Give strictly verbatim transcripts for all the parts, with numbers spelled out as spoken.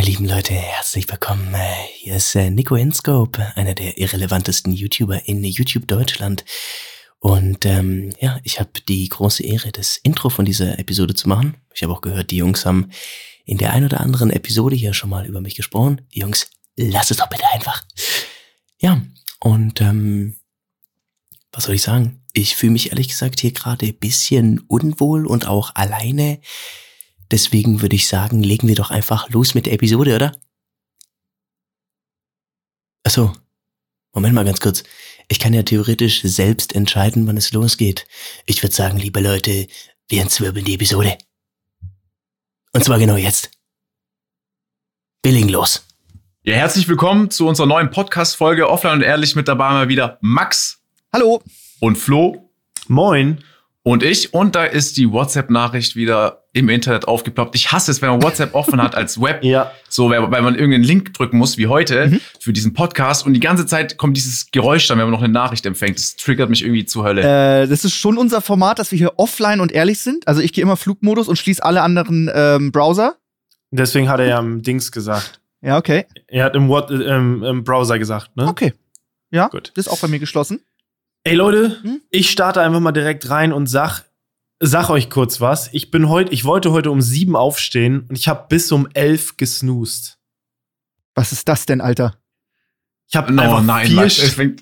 lieben Leute, herzlich willkommen. Hier ist Nico InScope, einer der irrelevantesten YouTuber in YouTube Deutschland. Und ähm, ja, ich habe die große Ehre, das Intro von dieser Episode zu machen. Ich habe auch gehört, die Jungs haben in der ein oder anderen Episode hier schon mal über mich gesprochen. Jungs, lasst es doch bitte einfach. Ja, und ähm, was soll ich sagen? Ich fühle mich ehrlich gesagt hier gerade ein bisschen unwohl und auch alleine. Deswegen würde ich sagen, legen wir doch einfach los mit der Episode, oder? Achso, Moment mal ganz kurz. Ich kann ja theoretisch selbst entscheiden, wann es losgeht. Ich würde sagen, liebe Leute, wir entzwirbeln die Episode. Und zwar genau jetzt. Wir legen los. Ja, herzlich willkommen zu unserer neuen Podcast-Folge Offline und Ehrlich. Mit dabei mal wieder Max. Hallo. Und Flo. Moin. Und ich. Und da ist die WhatsApp-Nachricht wieder im Internet aufgeploppt. Ich hasse es, wenn man WhatsApp offen hat als Web. Ja. So, weil man irgendeinen Link drücken muss, wie heute, mhm. für diesen Podcast. Und die ganze Zeit kommt dieses Geräusch dann, wenn man noch eine Nachricht empfängt. Das triggert mich irgendwie zur Hölle. Äh, das ist schon unser Format, dass wir hier offline und ehrlich sind. Also ich gehe immer Flugmodus und schließe alle anderen ähm, Browser. Deswegen hat er ja im Dings gesagt. Ja, okay. Er hat im, What, ähm, im Browser gesagt, ne? Okay. Ja, gut. Das ist auch bei mir geschlossen. Ey Leute, hm? ich starte einfach mal direkt rein und sag, sag euch kurz was. Ich bin heute, ich wollte heute um sieben aufstehen und ich habe bis um elf gesnoost. Was ist das denn, Alter? Ich habe no, einfach nein, vier Max, fängt,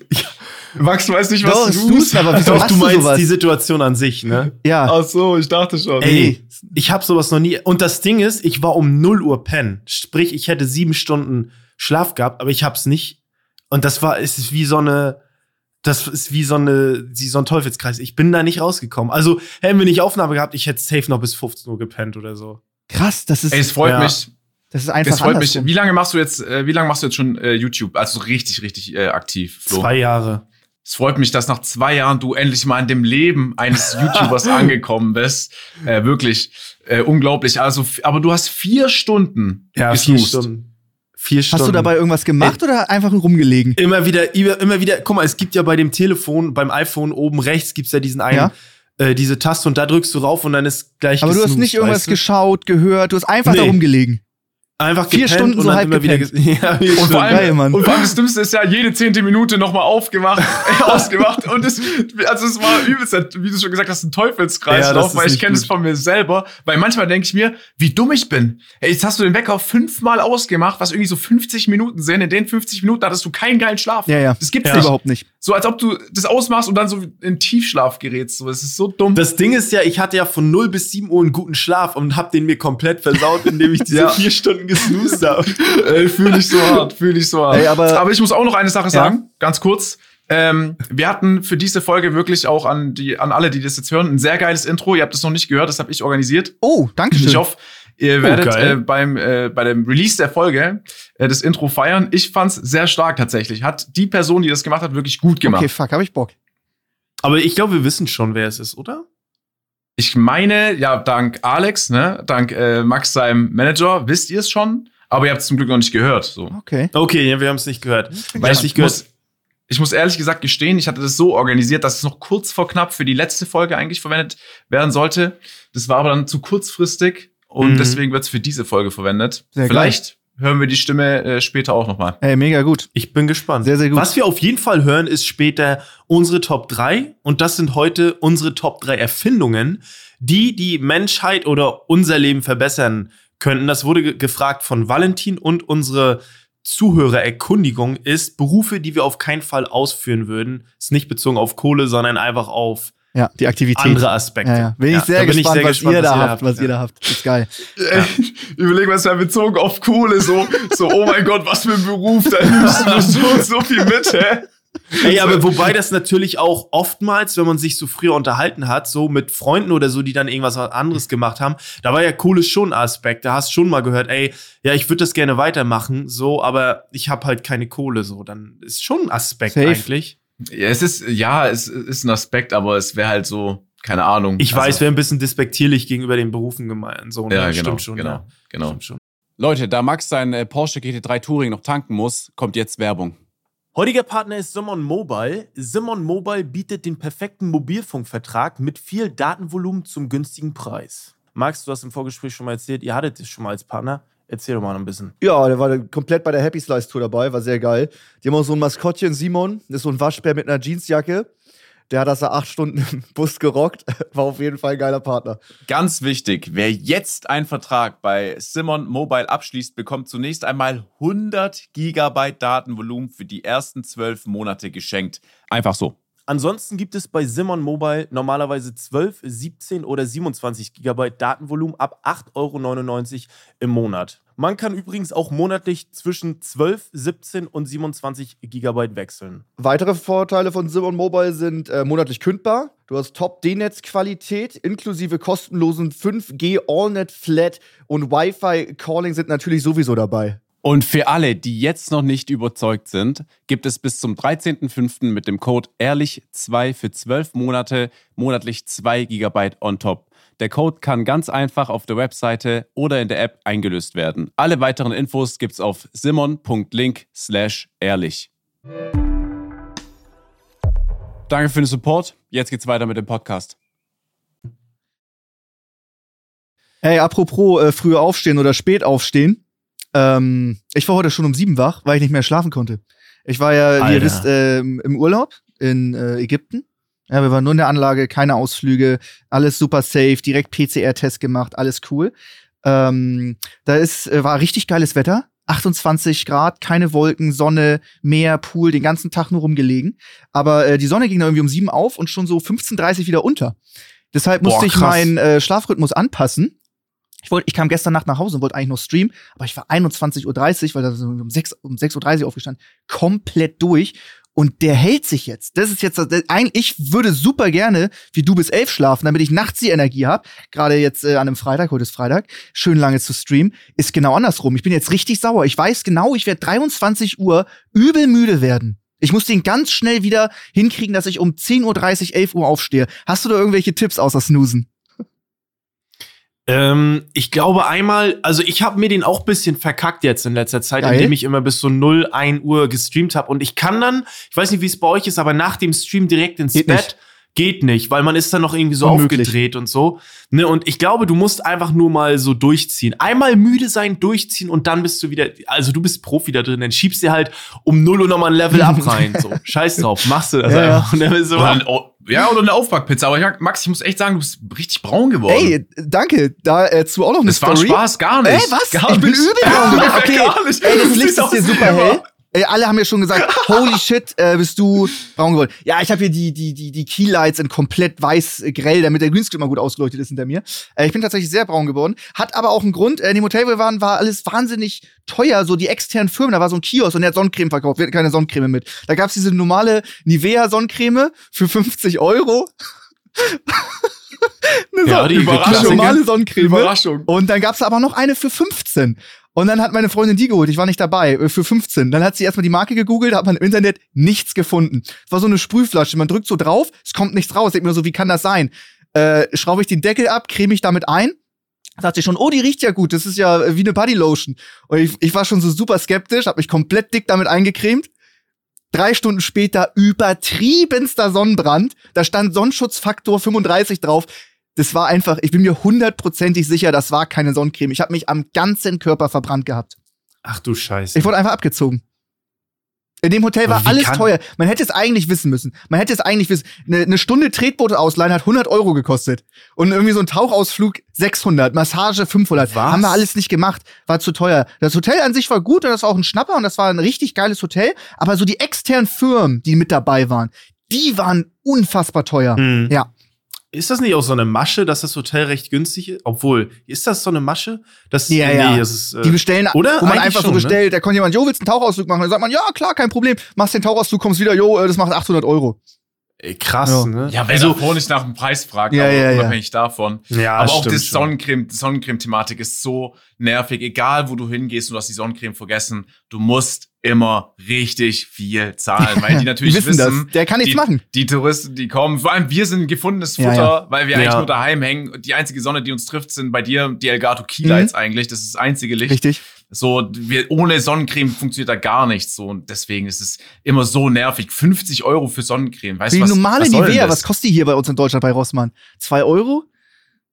Max weiß nicht, was Doch, du snoost, aber wieso Doch, hast du du meinst sowas? die Situation an sich, ne? Ja. Ach so, ich dachte schon. Ey, ich habe sowas noch nie. Und das Ding ist, ich war um null Uhr pennen. Sprich, ich hätte sieben Stunden Schlaf gehabt, aber ich hab's nicht. Und das war, es ist wie so eine, das ist wie so eine, wie so ein Teufelskreis. Ich bin da nicht rausgekommen. Also, hätten wir nicht Aufnahme gehabt, ich hätte safe noch bis fünfzehn Uhr gepennt oder so. Krass, das ist. Ey, es freut ja. mich. Das ist einfach Das freut andersrum. mich. Wie lange machst du jetzt, äh, wie lange machst du jetzt schon äh, YouTube? Also richtig, richtig äh, aktiv, Flo. Zwei Jahre. Es freut mich, dass nach zwei Jahren du endlich mal in dem Leben eines YouTubers angekommen bist. Äh, wirklich äh, unglaublich. Also, f- aber du hast vier Stunden Ja, vier gesnoost. Stunden. Vier Stunden. Hast du dabei irgendwas gemacht Ey. oder einfach rumgelegen? Immer wieder, immer, immer wieder, guck mal, es gibt ja bei dem Telefon, beim iPhone oben rechts gibt's ja diesen einen, Ja. äh, diese Taste und da drückst du rauf und dann ist gleich Aber du hast gesnoost, nicht irgendwas weißt du? geschaut, gehört, du hast einfach Nee. da rumgelegen. Einfach Vier gepennt Stunden und so dann halb immer wieder gepennt. ges- ja, vier Und vor, Stunden. allem, Geil, Mann. und vor allem das Dümmste ist ja, jede zehnte Minute nochmal aufgemacht, äh, ausgemacht. Und das, also es war übelst, wie du schon gesagt hast, ein Teufelskreislauf, Ja, das ist weil ich nicht kenne es gut. von mir selber. Weil manchmal denke ich mir, wie dumm ich bin. Ey, jetzt hast du den Wecker fünfmal ausgemacht, was irgendwie so fünfzig Minuten sind. In den fünfzig Minuten hattest du keinen geilen Schlaf. Ja, ja. Das gibt's Ja. nicht. Überhaupt nicht. So als ob du das ausmachst und dann so in Tiefschlaf gerätst. So, es ist so dumm. Das Ding ist ja, ich hatte ja von null bis sieben Uhr einen guten Schlaf und hab den mir komplett versaut, indem ich diese Ja. vier Stunden gesnoost habe. Ey, fühle ich so hart, fühle ich so hart. Ey, aber- aber ich muss auch noch eine Sache sagen, ganz kurz. Ähm, wir hatten für diese Folge wirklich auch an die an alle, die das jetzt hören, ein sehr geiles Intro. Ihr habt das noch nicht gehört, das habe ich organisiert. Oh, danke schön. Ich hoffe, ihr werdet geil. äh, beim äh, bei dem Release der Folge äh, das Intro feiern. Ich fand's sehr stark tatsächlich. Hat die Person, die das gemacht hat, wirklich gut gemacht. Okay, fuck, hab ich Bock. Aber ich glaube, wir wissen schon, wer es ist, oder? Ich meine, ja, dank Alex, ne, dank äh, Max, seinem Manager, wisst ihr es schon. Aber ihr habt es zum Glück noch nicht gehört. So. Okay. Okay, ja, wir haben es nicht gehört. Weil ich ich, nicht gehört. muss, ich muss ehrlich gesagt gestehen, ich hatte das so organisiert, dass es noch kurz vor knapp für die letzte Folge eigentlich verwendet werden sollte. Das war aber dann zu kurzfristig und Mhm. deswegen wird es für diese Folge verwendet. Sehr Vielleicht hören wir die Stimme äh, später auch noch mal. Ey, mega gut. Ich bin gespannt. Sehr, sehr gut. Was wir auf jeden Fall hören, ist später unsere Top drei. Und das sind heute unsere Top drei Erfindungen, die die Menschheit oder unser Leben verbessern könnten. Das wurde ge- gefragt von Valentin und unsere Zuhörererkundigung ist Berufe, die wir auf keinen Fall ausführen würden. Ist nicht bezogen auf Kohle, sondern einfach auf Ja, die Aktivität. andere Aspekte. Ja, ja. Bin ich Ja, sehr da bin gespannt, sehr was gespannt, ihr da was habt, was ja. ihr da habt. Ist geil. Äh, Überleg mal, es wäre bezogen auf Kohle, so, so, oh mein Gott, was für ein Beruf, da nimmst du so, so viel mit, hä? Ey, aber wobei das natürlich auch oftmals, wenn man sich so früher unterhalten hat, so mit Freunden oder so, die dann irgendwas anderes gemacht haben, da war ja Kohle schon ein Aspekt. Da hast du schon mal gehört, ey, ja, ich würde das gerne weitermachen, so, aber ich habe halt keine Kohle, so. Dann ist schon ein Aspekt Safe. eigentlich. Ja, es ist, ja, es ist ein Aspekt, aber es wäre halt so, keine Ahnung. Ich Also, weiß, wäre ein bisschen despektierlich gegenüber den Berufen gemeint. So, ne? Ja, Stimmt genau, schon, genau, ja. genau. Stimmt schon. Leute, da Max sein äh, Porsche G T drei Touring noch tanken muss, kommt jetzt Werbung. Heutiger Partner ist Simon Mobile. Simon Mobile bietet den perfekten Mobilfunkvertrag mit viel Datenvolumen zum günstigen Preis. Max, du hast im Vorgespräch schon mal erzählt, ihr hattet es schon mal als Partner. Erzähl doch mal ein bisschen. Ja, der war komplett bei der Happy Slice Tour dabei, war sehr geil. Die haben auch so ein Maskottchen, Simon, das ist so ein Waschbär mit einer Jeansjacke. Der hat das da acht Stunden im Bus gerockt. War auf jeden Fall ein geiler Partner. Ganz wichtig, wer jetzt einen Vertrag bei Simon Mobile abschließt, bekommt zunächst einmal hundert Gigabyte Datenvolumen für die ersten zwölf Monate geschenkt. Einfach so. Ansonsten gibt es bei Simon Mobile normalerweise zwölf, siebzehn oder siebenundzwanzig Gigabyte Datenvolumen ab acht Euro neunundneunzig im Monat. Man kann übrigens auch monatlich zwischen zwölf, siebzehn und siebenundzwanzig Gigabyte wechseln. Weitere Vorteile von Simon Mobile sind äh, monatlich kündbar. Du hast Top-D-Netz-Qualität inklusive kostenlosen fünf G AllNet Flat und Wi-Fi-Calling sind natürlich sowieso dabei. Und für alle, die jetzt noch nicht überzeugt sind, gibt es bis zum dreizehnten fünften mit dem Code ehrlich zwei für zwölf Monate monatlich zwei Gigabyte on top. Der Code kann ganz einfach auf der Webseite oder in der App eingelöst werden. Alle weiteren Infos gibt's auf simon.link slash ehrlich. Danke für den Support. Jetzt geht's weiter mit dem Podcast. Hey, apropos äh, früh aufstehen oder spät aufstehen. Ähm, ich war heute schon um sieben wach, weil ich nicht mehr schlafen konnte. Ich war ja, Alter. wie ihr wisst, äh, im Urlaub in äh, Ägypten. Ja, wir waren nur in der Anlage, keine Ausflüge, alles super safe, direkt P C R-Test gemacht, alles cool. Ähm, da ist, äh, war richtig geiles Wetter. achtundzwanzig Grad, keine Wolken, Sonne, Meer, Pool, den ganzen Tag nur rumgelegen. Aber äh, die Sonne ging dann irgendwie um sieben auf und schon so fünfzehn Uhr dreißig wieder unter. Deshalb musste Boah, ich krass. meinen äh, Schlafrhythmus anpassen. Ich, wollt, ich kam gestern Nacht nach Hause und wollte eigentlich noch streamen, aber ich war einundzwanzig Uhr dreißig, weil da so um sechs Uhr dreißig aufgestanden, komplett durch. Und der hält sich jetzt. Das ist jetzt, das, eigentlich, ich würde super gerne wie du bis elf schlafen, damit ich nachts die Energie habe. Gerade jetzt äh, an einem Freitag, heute ist Freitag, schön lange zu streamen. Ist genau andersrum. Ich bin jetzt richtig sauer. Ich weiß genau, ich werde dreiundzwanzig Uhr übel müde werden. Ich muss den ganz schnell wieder hinkriegen, dass ich um zehn Uhr dreißig, elf Uhr aufstehe. Hast du da irgendwelche Tipps außer Snoozen? Ähm, ich glaube einmal, also ich habe mir den auch ein bisschen verkackt jetzt in letzter Zeit, Geil. indem ich immer bis so null, ein Uhr gestreamt habe. Und ich kann dann, ich weiß nicht, wie es bei euch ist, aber nach dem Stream direkt ins Geht Bett nicht. geht nicht, weil man ist dann noch irgendwie so Unmöglich. aufgedreht und so. Ne, und ich glaube, du musst einfach nur mal so durchziehen. Einmal müde sein, durchziehen und dann bist du wieder, also du bist Profi da drin, dann schiebst dir halt um null Uhr nochmal ein Level up rein. So, scheiß drauf, machst du das Ja, einfach. Und dann bist du Oder ein, oh, ja, oder eine Aufbackpizza. Aber ich, Max, ich muss echt sagen, du bist richtig braun geworden. Ey, danke. Dazu auch noch eine das war Story. Spaß, gar nicht. Ey, was? Gar Ich bin nicht. übel braun geworden. Okay. Gar nicht. Ey, das Du Licht siehst ist aus hier wie super immer. hell. Ey, alle haben ja schon gesagt, holy shit, äh, bist du braun geworden. Ja, ich habe hier die, die, die, die Keylights in komplett weiß-grell, damit der Greenscreen mal gut ausgeleuchtet ist hinter mir. Äh, ich bin tatsächlich sehr braun geworden. Hat aber auch einen Grund. Äh, in dem Hotel, wo wir waren, war alles wahnsinnig teuer. So die externen Firmen, da war so ein Kiosk und der hat Sonnencreme verkauft. Wir hatten keine Sonnencreme mit. Da gab's diese normale Nivea-Sonnencreme für fünfzig Euro. eine, Ja, Son- die eine Klassiker. normale Sonnencreme. Überraschung. Und dann gab's aber noch eine für fünfzehn. Und dann hat meine Freundin die geholt, ich war nicht dabei, äh, für fünfzehn. Dann hat sie erstmal die Marke gegoogelt, hat man im Internet nichts gefunden. Es war so eine Sprühflasche, man drückt so drauf, es kommt nichts raus. Ich denk mir so, wie kann das sein? Äh, schraube ich den Deckel ab, creme ich damit ein. Sagt sie schon, oh, die riecht ja gut, das ist ja äh, wie eine Bodylotion. Und ich, ich war schon so super skeptisch, hab mich komplett dick damit eingecremt. Drei Stunden später übertriebenster Sonnenbrand. Da stand Sonnenschutzfaktor fünfunddreißig drauf. Das war einfach, ich bin mir hundertprozentig sicher, das war keine Sonnencreme. Ich habe mich am ganzen Körper verbrannt gehabt. Ach du Scheiße. Ich wurde einfach abgezogen. In dem Hotel war Aber wie alles kann- teuer. Man hätte es eigentlich wissen müssen. Man hätte es eigentlich wissen. Eine, eine Stunde Tretboot ausleihen hat hundert Euro gekostet. Und irgendwie so ein Tauchausflug sechshundert, Massage fünfhundert. Was? Haben wir alles nicht gemacht. War zu teuer. Das Hotel an sich war gut und das war auch ein Schnapper und das war ein richtig geiles Hotel. Aber so die externen Firmen, die mit dabei waren, die waren unfassbar teuer. Hm. Ja. Ist das nicht auch so eine Masche, dass das Hotel recht günstig ist? Obwohl, ist das so eine Masche? Das, Ja, ja. das ist, äh, Die bestellen, oder? wo man Eigentlich einfach schon, so bestellt, da kommt jemand, jo, willst du einen Tauchausflug machen? Dann sagt man, ja, klar, kein Problem. Machst den Tauchausflug, kommst wieder, jo, äh, das macht achthundert Euro. Ey, krass, Ja. ne? Ja, wer also, davor nicht nach dem Preis fragt, Ja, aber ja, ja. unabhängig davon. Ja, aber auch stimmt das schon. Sonnencreme, die Sonnencreme-Thematik ist so nervig. Egal, wo du hingehst, du hast die Sonnencreme vergessen. Du musst immer richtig viel zahlen, weil die natürlich Die wissen wissen, das. Der kann nichts die, machen. Die Touristen, die kommen, vor allem wir sind gefundenes Futter, Ja, ja. weil wir Ja. eigentlich nur daheim hängen. Die einzige Sonne, die uns trifft, sind bei dir die Elgato Keylights eigentlich. Das ist das einzige Licht. Richtig. So, wir, ohne Sonnencreme funktioniert da gar nichts. So, und deswegen ist es immer so nervig. fünfzig Euro für Sonnencreme. Weißt Für du, die was, normale was soll denn Nivea, das? was kostet die hier bei uns in Deutschland bei Rossmann? Zwei Euro?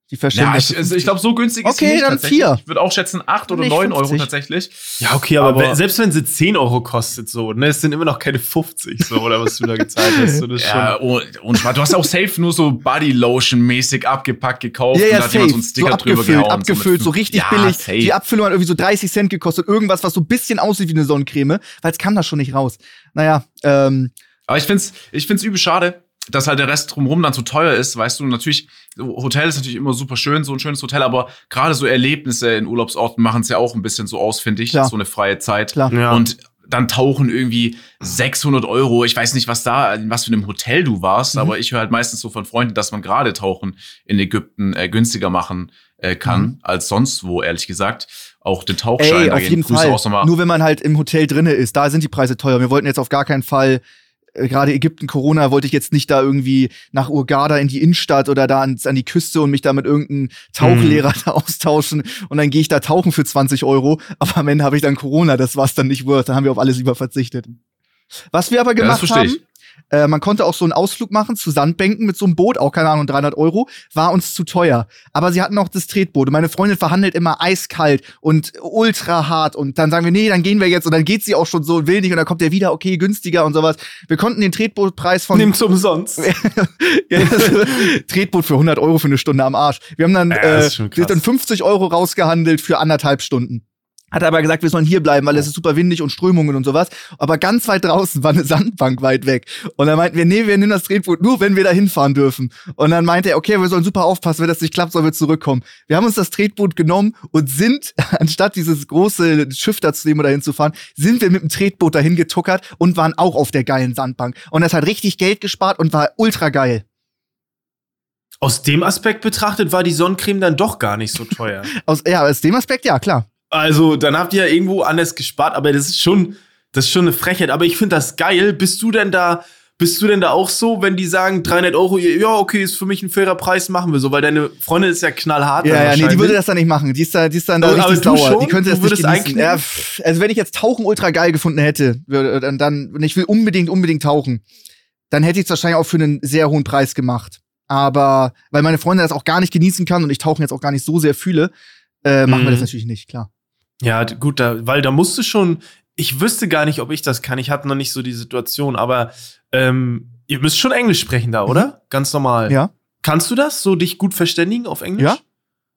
Die verschenken Ja, das ich, für also ich glaube, so günstig ist Okay, sie nicht dann tatsächlich. vier. Ich würde auch schätzen acht oder Nicht neun Euro fünfzig. tatsächlich. Ja, okay, aber, Aber- wenn- selbst wenn sie zehn Euro kostet, so, ne, es sind immer noch keine fünfzig, so, oder was du da gezahlt hast. So, das ist Ja, schon. oh, und Spaß. Du hast auch safe nur so Bodylotion-mäßig abgepackt gekauft Ja, und ja, da hat jemand so einen safe. Sticker So drüber abgefüllt, gehauen. abgefüllt, so mit- richtig ja, billig. safe. Die Abfüllung hat irgendwie so dreißig Cent gekostet. Irgendwas, was so ein bisschen aussieht wie eine Sonnencreme, weil es kam da schon nicht raus. Naja, ähm, Aber ich find's, ich find's übel schade, dass halt der Rest drumherum dann so teuer ist, weißt du, natürlich, Hotel ist natürlich immer super schön, so ein schönes Hotel, aber gerade so Erlebnisse in Urlaubsorten machen es ja auch ein bisschen so aus, finde ich, Klar. so eine freie Zeit. Klar. Ja. Und dann tauchen irgendwie sechshundert Euro, ich weiß nicht, was da, in was für einem Hotel du warst, Mhm. aber ich höre halt meistens so von Freunden, dass man gerade Tauchen in Ägypten äh, günstiger machen äh, kann, Mhm. als sonst wo, ehrlich gesagt. Auch den Tauchschein, ey, da auf gehen jeden Grüße Fall. auch nochmal. Nur wenn man halt im Hotel drinne ist, da sind die Preise teuer. Wir wollten jetzt auf gar keinen Fall, äh, gerade Ägypten, Corona, wollte ich jetzt nicht da irgendwie nach Hurghada in die Innenstadt oder da ans, an die Küste und mich da mit irgendeinem Tauchlehrer Mhm. da austauschen und dann gehe ich da tauchen für zwanzig Euro, aber am Ende habe ich dann Corona, das war's dann nicht worth, dann haben wir auf alles lieber verzichtet. Was wir aber Ja, das gemacht verstehe haben, ich. äh, man konnte auch so einen Ausflug machen zu Sandbänken mit so einem Boot, auch keine Ahnung, dreihundert Euro, war uns zu teuer. Aber sie hatten auch das Tretboot und meine Freundin verhandelt immer eiskalt und ultra hart und dann sagen wir, nee, dann gehen wir jetzt und dann geht sie auch schon so und will nicht und dann kommt der wieder, okay, günstiger und sowas. Wir konnten den Tretbootpreis von Nimm's umsonst. ja, das Tretboot für hundert Euro für eine Stunde am Arsch. Wir haben dann, Ja, das äh, ist schon wir haben dann krass. fünfzig Euro rausgehandelt für anderthalb Stunden. Hat aber gesagt, wir sollen hier bleiben, weil es ist super windig und Strömungen und sowas. Aber ganz weit draußen war eine Sandbank weit weg. Und dann meinten wir, nee, wir nehmen das Tretboot nur, wenn wir da hinfahren dürfen. Und dann meinte er, okay, wir sollen super aufpassen, wenn das nicht klappt, sollen wir zurückkommen. Wir haben uns das Tretboot genommen und sind, anstatt dieses große Schiff da zu nehmen oder hinzufahren, sind wir mit dem Tretboot dahin getuckert und waren auch auf der geilen Sandbank. Und das hat richtig Geld gespart und war ultra geil. Aus dem Aspekt betrachtet war die Sonnencreme dann doch gar nicht so teuer. Aus, ja, aus dem Aspekt, ja, klar. Also, dann habt ihr ja irgendwo anders gespart, aber das ist schon, das ist schon eine Frechheit. Aber ich finde das geil. Bist du denn da, bist du denn da auch so, wenn die sagen dreihundert Euro, ja, okay, ist für mich ein fairer Preis, machen wir so, weil deine Freundin ist ja knallhart. Ja, dann ja, nee, die wahrscheinlich. würde das dann nicht machen. Die ist, da, die ist dann da Aber- richtig aber du sauer. schon? Die könnte Du das nicht würdest genießen. einknicken? Ja, pff, also wenn ich jetzt Tauchen ultra geil gefunden hätte, würde, dann, dann, und ich will unbedingt, unbedingt tauchen, dann hätte ich es wahrscheinlich auch für einen sehr hohen Preis gemacht. Aber weil meine Freundin das auch gar nicht genießen kann und ich Tauchen jetzt auch gar nicht so sehr fühle, äh, machen wir Mhm. das natürlich nicht, klar. Ja, d- gut, da, weil da musst du schon, ich wüsste gar nicht, ob ich das kann. Ich hatte noch nicht so die Situation, aber ähm, ihr müsst schon Englisch sprechen da, oder? Ganz normal. Mhm. Ja. Kannst du das, so dich gut verständigen auf Englisch? Ja.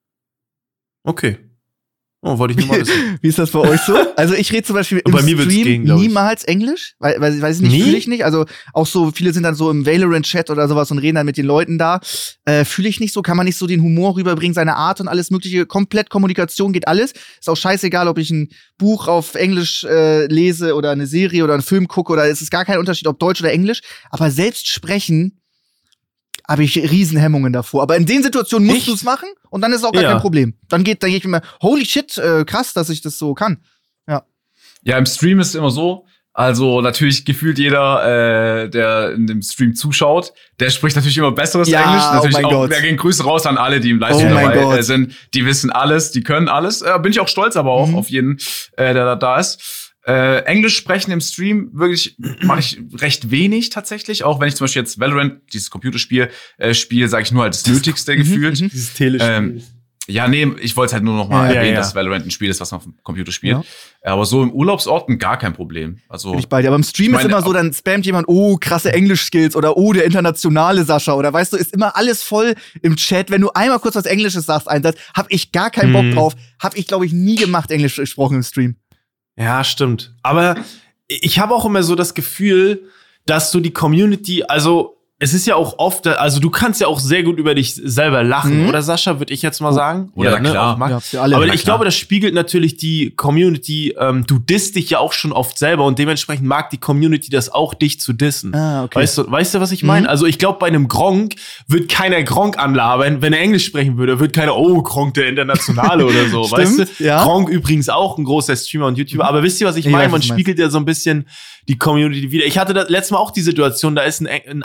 Okay. Oh, wollte ich nur mal wissen. Wie ist das bei euch so? Also ich rede zum Beispiel im Bei mir wird's Stream gehen, glaub ich. niemals Englisch, weil, weil weiß ich nicht, Nie? fühle ich nicht. Also auch so, viele sind dann so im Valorant-Chat oder sowas und reden dann mit den Leuten da. Äh, fühle ich nicht so, kann man nicht so den Humor rüberbringen, seine Art und alles mögliche. Komplett Kommunikation geht alles. Ist auch scheißegal, ob ich ein Buch auf Englisch äh, lese oder eine Serie oder einen Film gucke oder es ist gar kein Unterschied, ob Deutsch oder Englisch. Aber selbst sprechen habe ich Riesenhemmungen davor. Aber in den Situationen musst Echt? du es machen und dann ist es auch gar Ja. kein Problem. Dann geht, dann gehe ich mir, holy shit, äh, krass, dass ich das so kann. Ja, im Stream ist es immer so. Also natürlich gefühlt jeder, äh, der in dem Stream zuschaut, der spricht natürlich immer besseres Ja, Englisch. oh Natürlich mein auch, Gott. wir gehen Grüße raus an alle, die im Livestream Oh mein dabei Gott. äh, sind. Die wissen alles, die können alles. Äh, bin ich auch stolz aber auch Mhm. auf jeden, äh, der da, da ist. Äh, Englisch sprechen im Stream wirklich mache ich recht wenig tatsächlich. Auch wenn ich zum Beispiel jetzt Valorant, dieses Computerspiel, äh, spiele, sage ich nur halt das Nötigste Mhm, gefühlt. mhm. Dieses Telespiel. Ähm, Ja, nee, ich wollte halt nur noch mal Ja, erwähnen, ja. dass Valorant ein Spiel ist, was man auf dem Computer spielt. Aber so im Urlaubsorten gar kein Problem. Also Bin ich bei dir. Aber im Stream Ich ist meine, immer so, dann spammt jemand, oh, krasse Englisch-Skills oder oh, der internationale Sascha oder weißt du, ist immer alles voll im Chat. Wenn du einmal kurz was Englisches sagst, einen Satz, hab ich gar keinen Bock Mhm. drauf. Hab ich, glaube ich, nie gemacht, Englisch gesprochen im Stream. Ja, stimmt. Aber ich habe auch immer so das Gefühl, dass du die Community, also es ist ja auch oft, also du kannst ja auch sehr gut über dich selber lachen, Mhm. oder Sascha, würde ich jetzt mal sagen? Ja, Oder, na klar. auch Max? Ja, für alle. Aber Na ich klar. glaube, das spiegelt natürlich die Community, ähm, du disst dich ja auch schon oft selber und dementsprechend mag die Community das auch, dich zu dissen. Ah, okay. Weißt du, weißt du, was ich meine? Mhm. Also ich glaube, bei einem Gronk wird keiner Gronk anlabern, wenn er Englisch sprechen würde, wird keiner, oh, Gronk, der Internationale oder so, weißt Stimmt, du? ja. Gronk übrigens auch ein großer Streamer und YouTuber, aber wisst ihr, was ich Ich meine? weiß, Man was du meinst. spiegelt ja so ein bisschen die Community wieder. Ich hatte das letztes Mal auch die Situation, da ist ein, ein Ami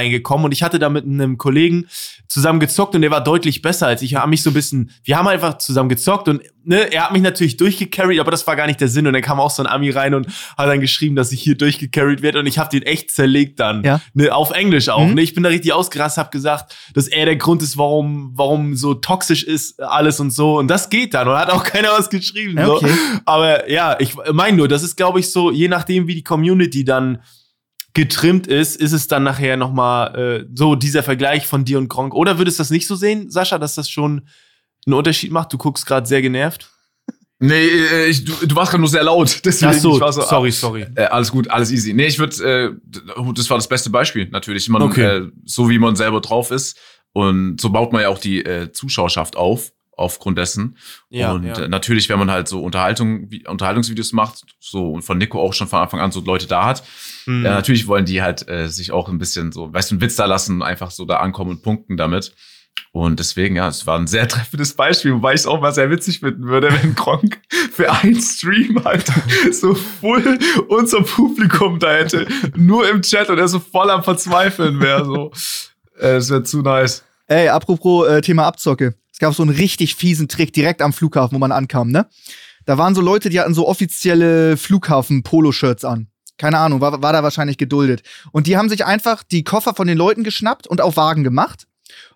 reingekommen und ich hatte da mit einem Kollegen zusammen gezockt und der war deutlich besser als ich. Er hat mich so ein bisschen, wir haben einfach zusammen gezockt und ne, er hat mich natürlich durchgecarried, aber das war gar nicht der Sinn. Und dann kam auch so ein Ami rein und hat dann geschrieben, dass ich hier durchgecarried werde und ich habe den echt zerlegt dann. Ja. Ne, auf Englisch auch. Mhm. Ne? Ich bin da richtig ausgerastet, hab gesagt, dass er der Grund ist, warum, warum so toxisch ist alles und so. Und das geht dann. Und hat auch keiner was geschrieben. Ja, okay. So. Aber ja, ich meine nur, das ist, glaube ich, so, je nachdem, wie die Community dann getrimmt ist, ist es dann nachher nochmal äh, so dieser Vergleich von dir und Gronkh. Oder würdest du das nicht so sehen, Sascha, dass das schon einen Unterschied macht? Du guckst gerade sehr genervt. Nee, äh, ich, du, du warst gerade nur sehr laut. Deswegen, Ach so, ich war so, sorry, sorry. Äh, alles gut, alles easy. Nee, ich würde, äh, das war das beste Beispiel natürlich. Man, Okay. äh, so wie man selber drauf ist. Und so baut man ja auch die äh, Zuschauerschaft auf, aufgrund dessen. Ja, und ja. Äh, natürlich, wenn man halt so Unterhaltung, wie, Unterhaltungsvideos macht, so und von Nico auch schon von Anfang an so Leute da hat, Hm. ja, natürlich wollen die halt äh, sich auch ein bisschen so, weißt du, einen Witz da lassen, einfach so da ankommen und punkten damit. Und deswegen, ja, es war ein sehr treffendes Beispiel, wobei ich es auch mal sehr witzig finden würde, wenn Gronkh für einen Stream halt so voll unser Publikum da hätte, nur im Chat und er so voll am Verzweifeln wäre. So. Äh, das wäre zu nice. Ey, apropos äh, Thema Abzocke. Es gab so einen richtig fiesen Trick direkt am Flughafen, wo man ankam, ne? Da waren so Leute, die hatten so offizielle Flughafen-Polo-Shirts an. Keine Ahnung, war, war da wahrscheinlich geduldet. Und die haben sich einfach die Koffer von den Leuten geschnappt und auf Wagen gemacht.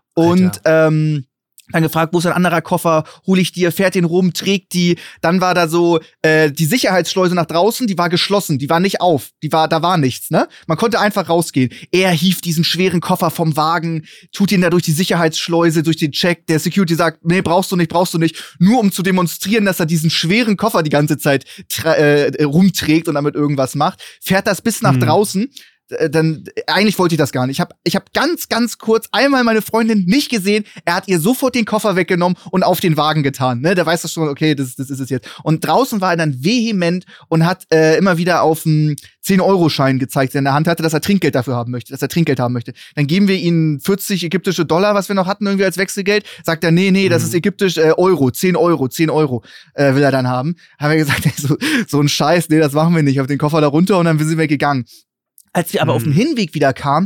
Und ähm, dann gefragt, wo ist ein anderer Koffer, hole ich dir, fährt den rum, trägt die. Dann war da so äh, die Sicherheitsschleuse nach draußen, die war geschlossen, die war nicht auf, die war, da war nichts, ne? Man konnte einfach rausgehen. Er hieft diesen schweren Koffer vom Wagen, tut ihn da durch die Sicherheitsschleuse, durch den Check. Der Security sagt, nee, brauchst du nicht, brauchst du nicht. Nur um zu demonstrieren, dass er diesen schweren Koffer die ganze Zeit tra- äh, rumträgt und damit irgendwas macht. Fährt das bis nach Mhm. draußen. Dann eigentlich wollte ich das gar nicht. Ich habe ich hab ganz, ganz kurz einmal meine Freundin nicht gesehen. Er hat ihr sofort den Koffer weggenommen und auf den Wagen getan. Ne? Der weiß das schon, okay, das, das ist es jetzt. Und draußen war er dann vehement und hat äh, immer wieder auf einen zehn-Euro-Schein gezeigt, der in der Hand hatte, dass er Trinkgeld dafür haben möchte, dass er Trinkgeld haben möchte. Dann geben wir ihm vierzig ägyptische Dollar, was wir noch hatten, irgendwie als Wechselgeld. Sagt er, nee, nee, das Mhm. ist ägyptisch, äh, Euro, zehn Euro, zehn Euro äh, will er dann haben. Haben wir gesagt, ey, so, so ein Scheiß, nee, das machen wir nicht. Auf den Koffer da runter und dann sind wir gegangen. Als wir aber Mhm. auf dem Hinweg wieder kamen,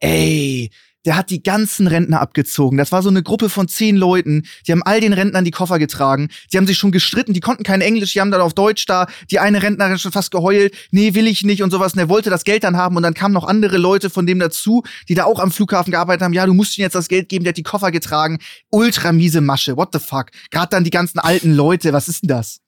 ey, der hat die ganzen Rentner abgezogen. Das war so eine Gruppe von zehn Leuten. Die haben all den Rentnern die Koffer getragen. Die haben sich schon gestritten. Die konnten kein Englisch. Die haben dann auf Deutsch da. Die eine Rentnerin schon fast geheult. Nee, will ich nicht und sowas. Und er wollte das Geld dann haben. Und dann kamen noch andere Leute von dem dazu, die da auch am Flughafen gearbeitet haben. Ja, du musst ihm jetzt das Geld geben. Der hat die Koffer getragen. Ultra miese Masche. What the fuck? Gerade dann die ganzen alten Leute. Was ist denn das?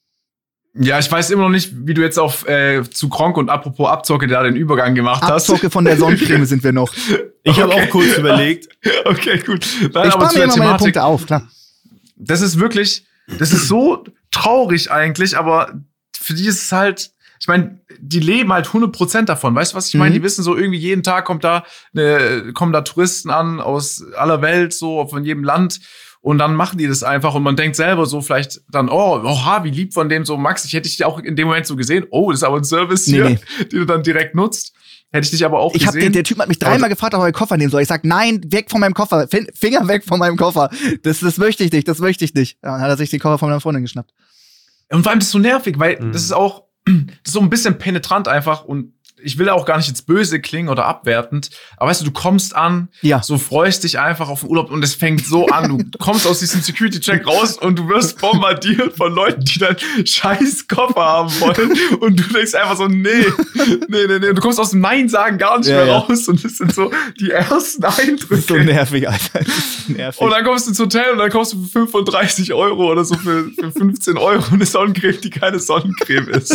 Ja, ich weiß immer noch nicht, wie du jetzt auf äh, zu Gronkh und apropos Abzocke da den Übergang gemacht hast. Abzocke von der Sonnencreme sind wir noch. Ich habe Okay. auch kurz überlegt. Okay, gut. Nein, Ich aber spare zu mir der immer meine Thematik. Punkte auf, klar. Das ist wirklich, das ist so traurig eigentlich, aber für die ist es halt, ich meine, die leben halt hundert Prozent davon. Weißt du, was ich meine? Mhm. Die wissen so, irgendwie jeden Tag kommt da, ne, kommen da Touristen an aus aller Welt, so von jedem Land. Und dann machen die das einfach und man denkt selber so vielleicht dann, oh, oha, wie lieb von dem so, Max, ich hätte dich auch in dem Moment so gesehen. Oh, das ist aber ein Service Nee, hier, nee. den du dann direkt nutzt. Hätte ich dich aber auch Ich hab gesehen. den, der Typ hat mich dreimal gefragt, ob er meinen Koffer nehmen soll. Ich sag, nein, weg von meinem Koffer. Fin- Finger weg von meinem Koffer. Das, das möchte ich nicht, das möchte ich nicht. Ja, dann hat er sich den Koffer von meiner Freundin geschnappt. Und vor allem das ist so nervig, weil Mhm. das ist auch, das ist so ein bisschen penetrant einfach und ich will auch gar nicht jetzt böse klingen oder abwertend, aber weißt du, du kommst an, Ja. so freust dich einfach auf den Urlaub und es fängt so an, du kommst aus diesem Security-Check raus und du wirst bombardiert von Leuten, die deinen scheiß Koffer haben wollen und du denkst einfach so, nee, nee, nee, nee, du kommst aus dem Nein sagen gar nicht Ja, mehr ja. raus und das sind so die ersten Das ist so Eindrücke. nervig, Alter. Das ist so nervig. Und dann kommst du ins Hotel und dann kommst du für fünfunddreißig Euro oder so für, für fünfzehn Euro eine Sonnencreme, die keine Sonnencreme ist.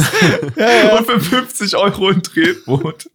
Und für fünfzig Euro ein Tretboot.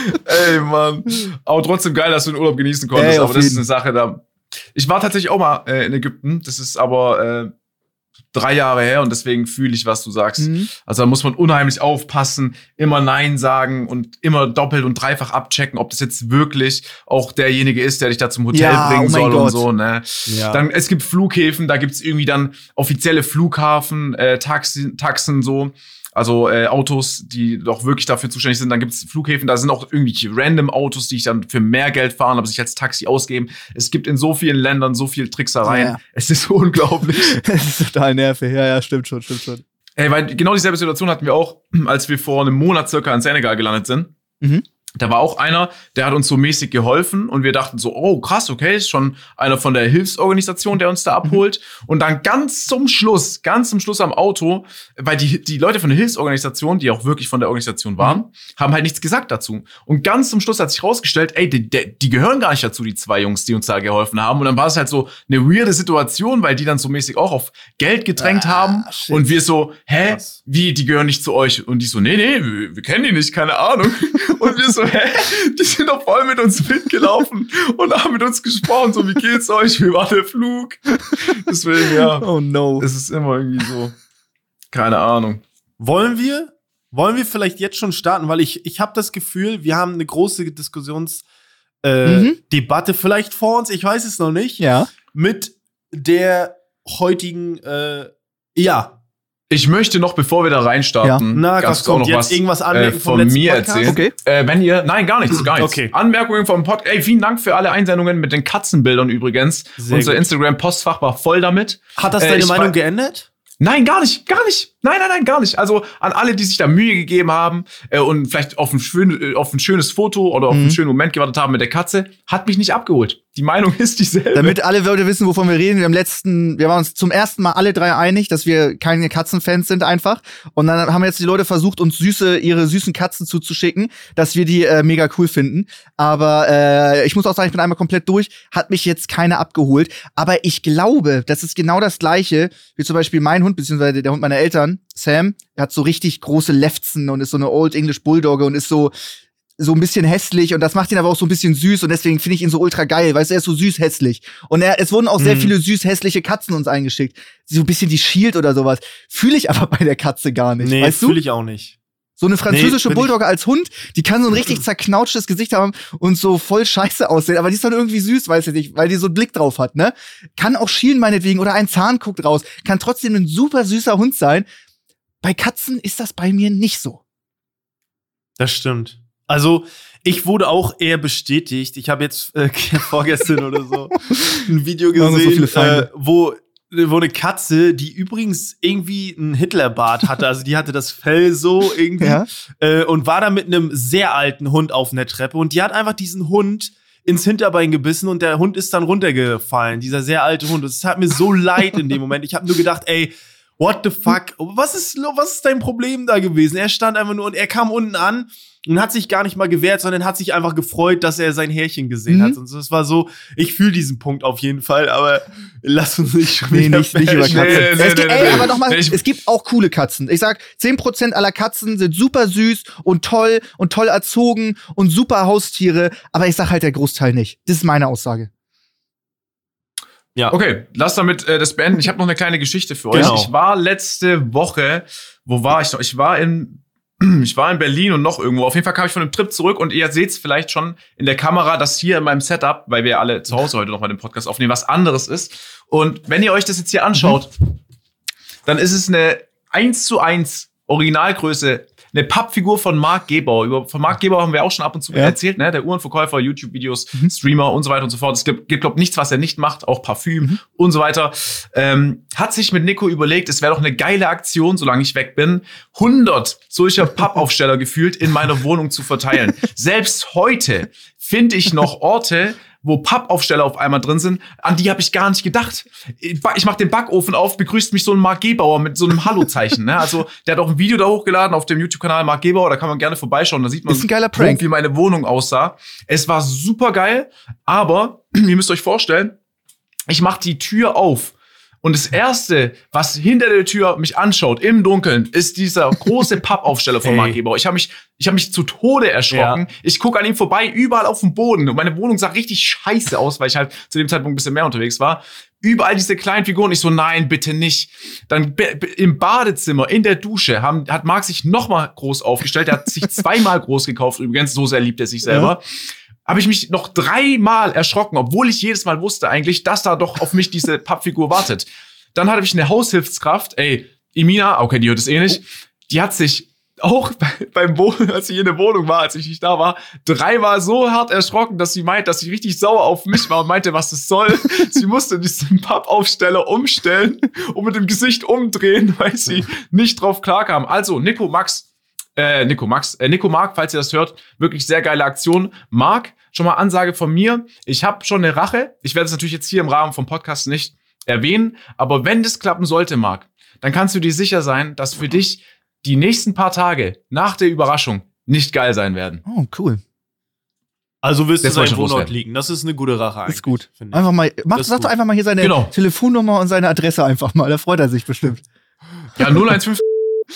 Ey, Mann. Aber trotzdem geil, dass du den Urlaub genießen konntest. Ey, auf aber das ist jeden. eine Sache, da. Ich war tatsächlich auch mal äh, in Ägypten. Das ist aber äh, drei Jahre her und deswegen fühle ich, was du sagst. Mhm. Also da muss man unheimlich aufpassen, immer Nein sagen und immer doppelt und dreifach abchecken, ob das jetzt wirklich auch derjenige ist, der dich da zum Hotel Ja, bringen oh mein soll Gott. und so, ne? Ja. Dann, es gibt Flughäfen, da gibt's irgendwie dann offizielle Flughafen, äh, Taxi, Taxen so, also äh, Autos, die doch wirklich dafür zuständig sind. Dann gibt's Flughäfen, da sind auch irgendwelche random Autos, die ich dann für mehr Geld fahren, aber sich als Taxi ausgeben. Es gibt in so vielen Ländern so viel Tricksereien. Ja. Es ist unglaublich. Das ist total nervig. Ja, ja, stimmt schon, stimmt schon. Ey, weil genau dieselbe Situation hatten wir auch, als wir vor einem Monat circa in Senegal gelandet sind. Mhm. Da war auch einer, der hat uns so mäßig geholfen und wir dachten so, oh krass, okay, ist schon einer von der Hilfsorganisation, der uns da abholt. Mhm. Und dann ganz zum Schluss, ganz zum Schluss am Auto, weil die, die Leute von der Hilfsorganisation, die auch wirklich von der Organisation waren, mhm. haben halt nichts gesagt dazu. Und ganz zum Schluss hat sich rausgestellt, ey, die, die, die gehören gar nicht dazu, die zwei Jungs, die uns da geholfen haben. Und dann war es halt so eine weirde Situation, weil die dann so mäßig auch auf Geld gedrängt ah, haben. Shit. Und wir so, hä, krass. Wie, die gehören nicht zu euch? Und die so, nee, nee, wir, wir kennen die nicht, keine Ahnung. Und wir so, hä? Die sind doch voll mit uns mitgelaufen und haben mit uns gesprochen, so, wie geht's euch? Wie war der Flug? Deswegen, ja. Oh no. Es ist immer irgendwie so, keine Ahnung. Wollen wir, wollen wir vielleicht jetzt schon starten? Weil ich, ich habe das Gefühl, wir haben eine große Diskussionsdebatte äh, mhm. vielleicht vor uns, ich weiß es noch nicht. Ja. Mit der heutigen, äh, ja, ich möchte noch, bevor wir da reinstarten, ja. Na, ganz kurz noch jetzt was irgendwas äh, von mir Podcast? erzählen. Okay. Äh, wenn ihr, nein, gar nichts, gar nichts. Okay. Anmerkungen vom Podcast. Ey, vielen Dank für alle Einsendungen mit den Katzenbildern übrigens. Sehr Unser gut. Instagram-Postfach war voll damit. Hat das äh, deine Meinung war, geändert? Nein, gar nicht, gar nicht. Nein, nein, nein, gar nicht. Also an alle, die sich da Mühe gegeben haben äh, und vielleicht auf ein, schön, auf ein schönes Foto oder auf mhm. einen schönen Moment gewartet haben mit der Katze, hat mich nicht abgeholt. Die Meinung ist dieselbe. Damit alle Leute wissen, wovon wir reden. Wir haben letzten, wir waren uns zum ersten Mal alle drei einig, dass wir keine Katzenfans sind einfach. Und dann haben jetzt die Leute versucht, uns süße, ihre süßen Katzen zuzuschicken, dass wir die äh, mega cool finden. Aber äh, ich muss auch sagen, ich bin einmal komplett durch. Hat mich jetzt keiner abgeholt. Aber ich glaube, das ist genau das Gleiche, wie zum Beispiel mein Hund, beziehungsweise der Hund meiner Eltern, Sam. Er hat so richtig große Lefzen und ist so eine Old English Bulldogge und ist so so ein bisschen hässlich und das macht ihn aber auch so ein bisschen süß und deswegen finde ich ihn so ultra geil, weißt du, er ist so süß-hässlich. Und er, es wurden auch sehr mhm. viele süß-hässliche Katzen uns eingeschickt. So ein bisschen die Shield oder sowas. Fühle ich aber bei der Katze gar nicht, nee, weißt du? fühle ich auch nicht. So eine französische nee, Bulldogge als Hund, die kann so ein richtig zerknautschtes Gesicht haben und so voll scheiße aussehen, aber die ist dann irgendwie süß, weiß ich nicht, weil die so einen Blick drauf hat, ne? Kann auch schielen meinetwegen oder ein Zahn guckt raus, kann trotzdem ein super süßer Hund sein. Bei Katzen ist das bei mir nicht so. Das stimmt. Also, ich wurde auch eher bestätigt. Ich habe jetzt äh, vorgestern oder so ein Video gesehen, so äh, wo, wo eine Katze, die übrigens irgendwie einen Hitlerbart hatte, also die hatte das Fell so irgendwie ja. äh, und war da mit einem sehr alten Hund auf einer Treppe und die hat einfach diesen Hund ins Hinterbein gebissen und der Hund ist dann runtergefallen, dieser sehr alte Hund. Es hat mir so leid in dem Moment. Ich habe nur gedacht, ey, what the fuck? Was ist, was ist dein Problem da gewesen? Er stand einfach nur und er kam unten an und hat sich gar nicht mal gewehrt, sondern hat sich einfach gefreut, dass er sein Härchen gesehen mhm. hat. Und es war so, ich fühle diesen Punkt auf jeden Fall, aber lass uns nicht schon nee, wieder nicht, nicht über Katzen. Nee, nee, es nee, gibt, nee, ey, nee. aber nochmal, Nee, ich- es gibt auch coole Katzen. Ich sag, zehn Prozent aller Katzen sind super süß und toll und toll erzogen und super Haustiere, aber ich sag halt der Großteil nicht. Das ist meine Aussage. Ja. Okay, lass damit äh, das beenden. Ich habe noch eine kleine Geschichte für euch. Genau. Ich war letzte Woche, wo war ich noch? Ich war in ich war in Berlin und noch irgendwo. Auf jeden Fall kam ich von einem Trip zurück und ihr seht es vielleicht schon in der Kamera, dass hier in meinem Setup, weil wir alle zu Hause heute noch mal den Podcast aufnehmen, was anderes ist. Und wenn ihr euch das jetzt hier anschaut, mhm. dann ist es eine eins zu eins Originalgröße, eine Pappfigur von Marc Gebauer. Über, von Marc Gebauer haben wir auch schon ab und zu Ja. erzählt, ne? Der Uhrenverkäufer, YouTube-Videos, Mhm. Streamer und so weiter und so fort. Es gibt, gibt glaube ich, nichts, was er nicht macht, auch Parfüm Mhm. und so weiter. Ähm, hat sich mit Nico überlegt, es wäre doch eine geile Aktion, solange ich weg bin, hundert solcher Pappaufsteller gefühlt in meiner Wohnung zu verteilen. Selbst heute finde ich noch Orte, wo Pappaufsteller auf einmal drin sind, an die habe ich gar nicht gedacht. Ich ba- ich mache den Backofen auf, begrüßt mich so ein Marc Gebauer mit so einem Hallo-Zeichen. Ne? Also der hat auch ein Video da hochgeladen auf dem YouTube-Kanal Marc Gebauer, da kann man gerne vorbeischauen, da sieht man, Ist ein geiler Prank. wie meine Wohnung aussah. Es war super geil, aber ihr müsst euch vorstellen, ich mache die Tür auf. Und das Erste, was hinter der Tür mich anschaut, im Dunkeln, ist dieser große Pappaufsteller von Ey. Marc Gebauer. Ich habe mich, ich hab mich zu Tode erschrocken. Ja. Ich gucke an ihm vorbei, überall auf dem Boden. Und meine Wohnung sah richtig scheiße aus, weil ich halt zu dem Zeitpunkt ein bisschen mehr unterwegs war. Überall diese kleinen Figuren. Ich so, nein, bitte nicht. Dann be- be- im Badezimmer, in der Dusche, haben, hat Marc sich noch mal groß aufgestellt. Er hat sich zweimal groß gekauft übrigens. So sehr liebt er sich selber. Habe ich mich noch dreimal erschrocken, obwohl ich jedes Mal wusste eigentlich, dass da doch auf mich diese Pappfigur wartet. Dann hatte ich eine Haushilfskraft, ey, Emina, okay, die hört es eh nicht, die hat sich auch bei, beim Wohnen, als ich in der Wohnung war, als ich nicht da war, dreimal so hart erschrocken, dass sie meint, dass sie richtig sauer auf mich war und meinte, was das soll. Sie musste diesen Pappaufsteller umstellen und mit dem Gesicht umdrehen, weil sie nicht drauf klarkam. Also, Nico, Max, Äh, Nico, Max. Äh, Nico, Marc, falls ihr das hört, wirklich sehr geile Aktion. Marc, schon mal Ansage von mir. Ich habe schon eine Rache. Ich werde es natürlich jetzt hier im Rahmen vom Podcast nicht erwähnen. Aber wenn das klappen sollte, Marc, dann kannst du dir sicher sein, dass für dich die nächsten paar Tage nach der Überraschung nicht geil sein werden. Oh, cool. Also wirst Das du wollte sein ich Wohnort loswerden. liegen. Das ist eine gute Rache eigentlich. Ist gut. finde ich. Einfach mal, mach, Das ist sag doch gut. einfach mal hier seine Genau. Telefonnummer und seine Adresse einfach mal. Da freut er sich bestimmt. Ja, null eins fünf.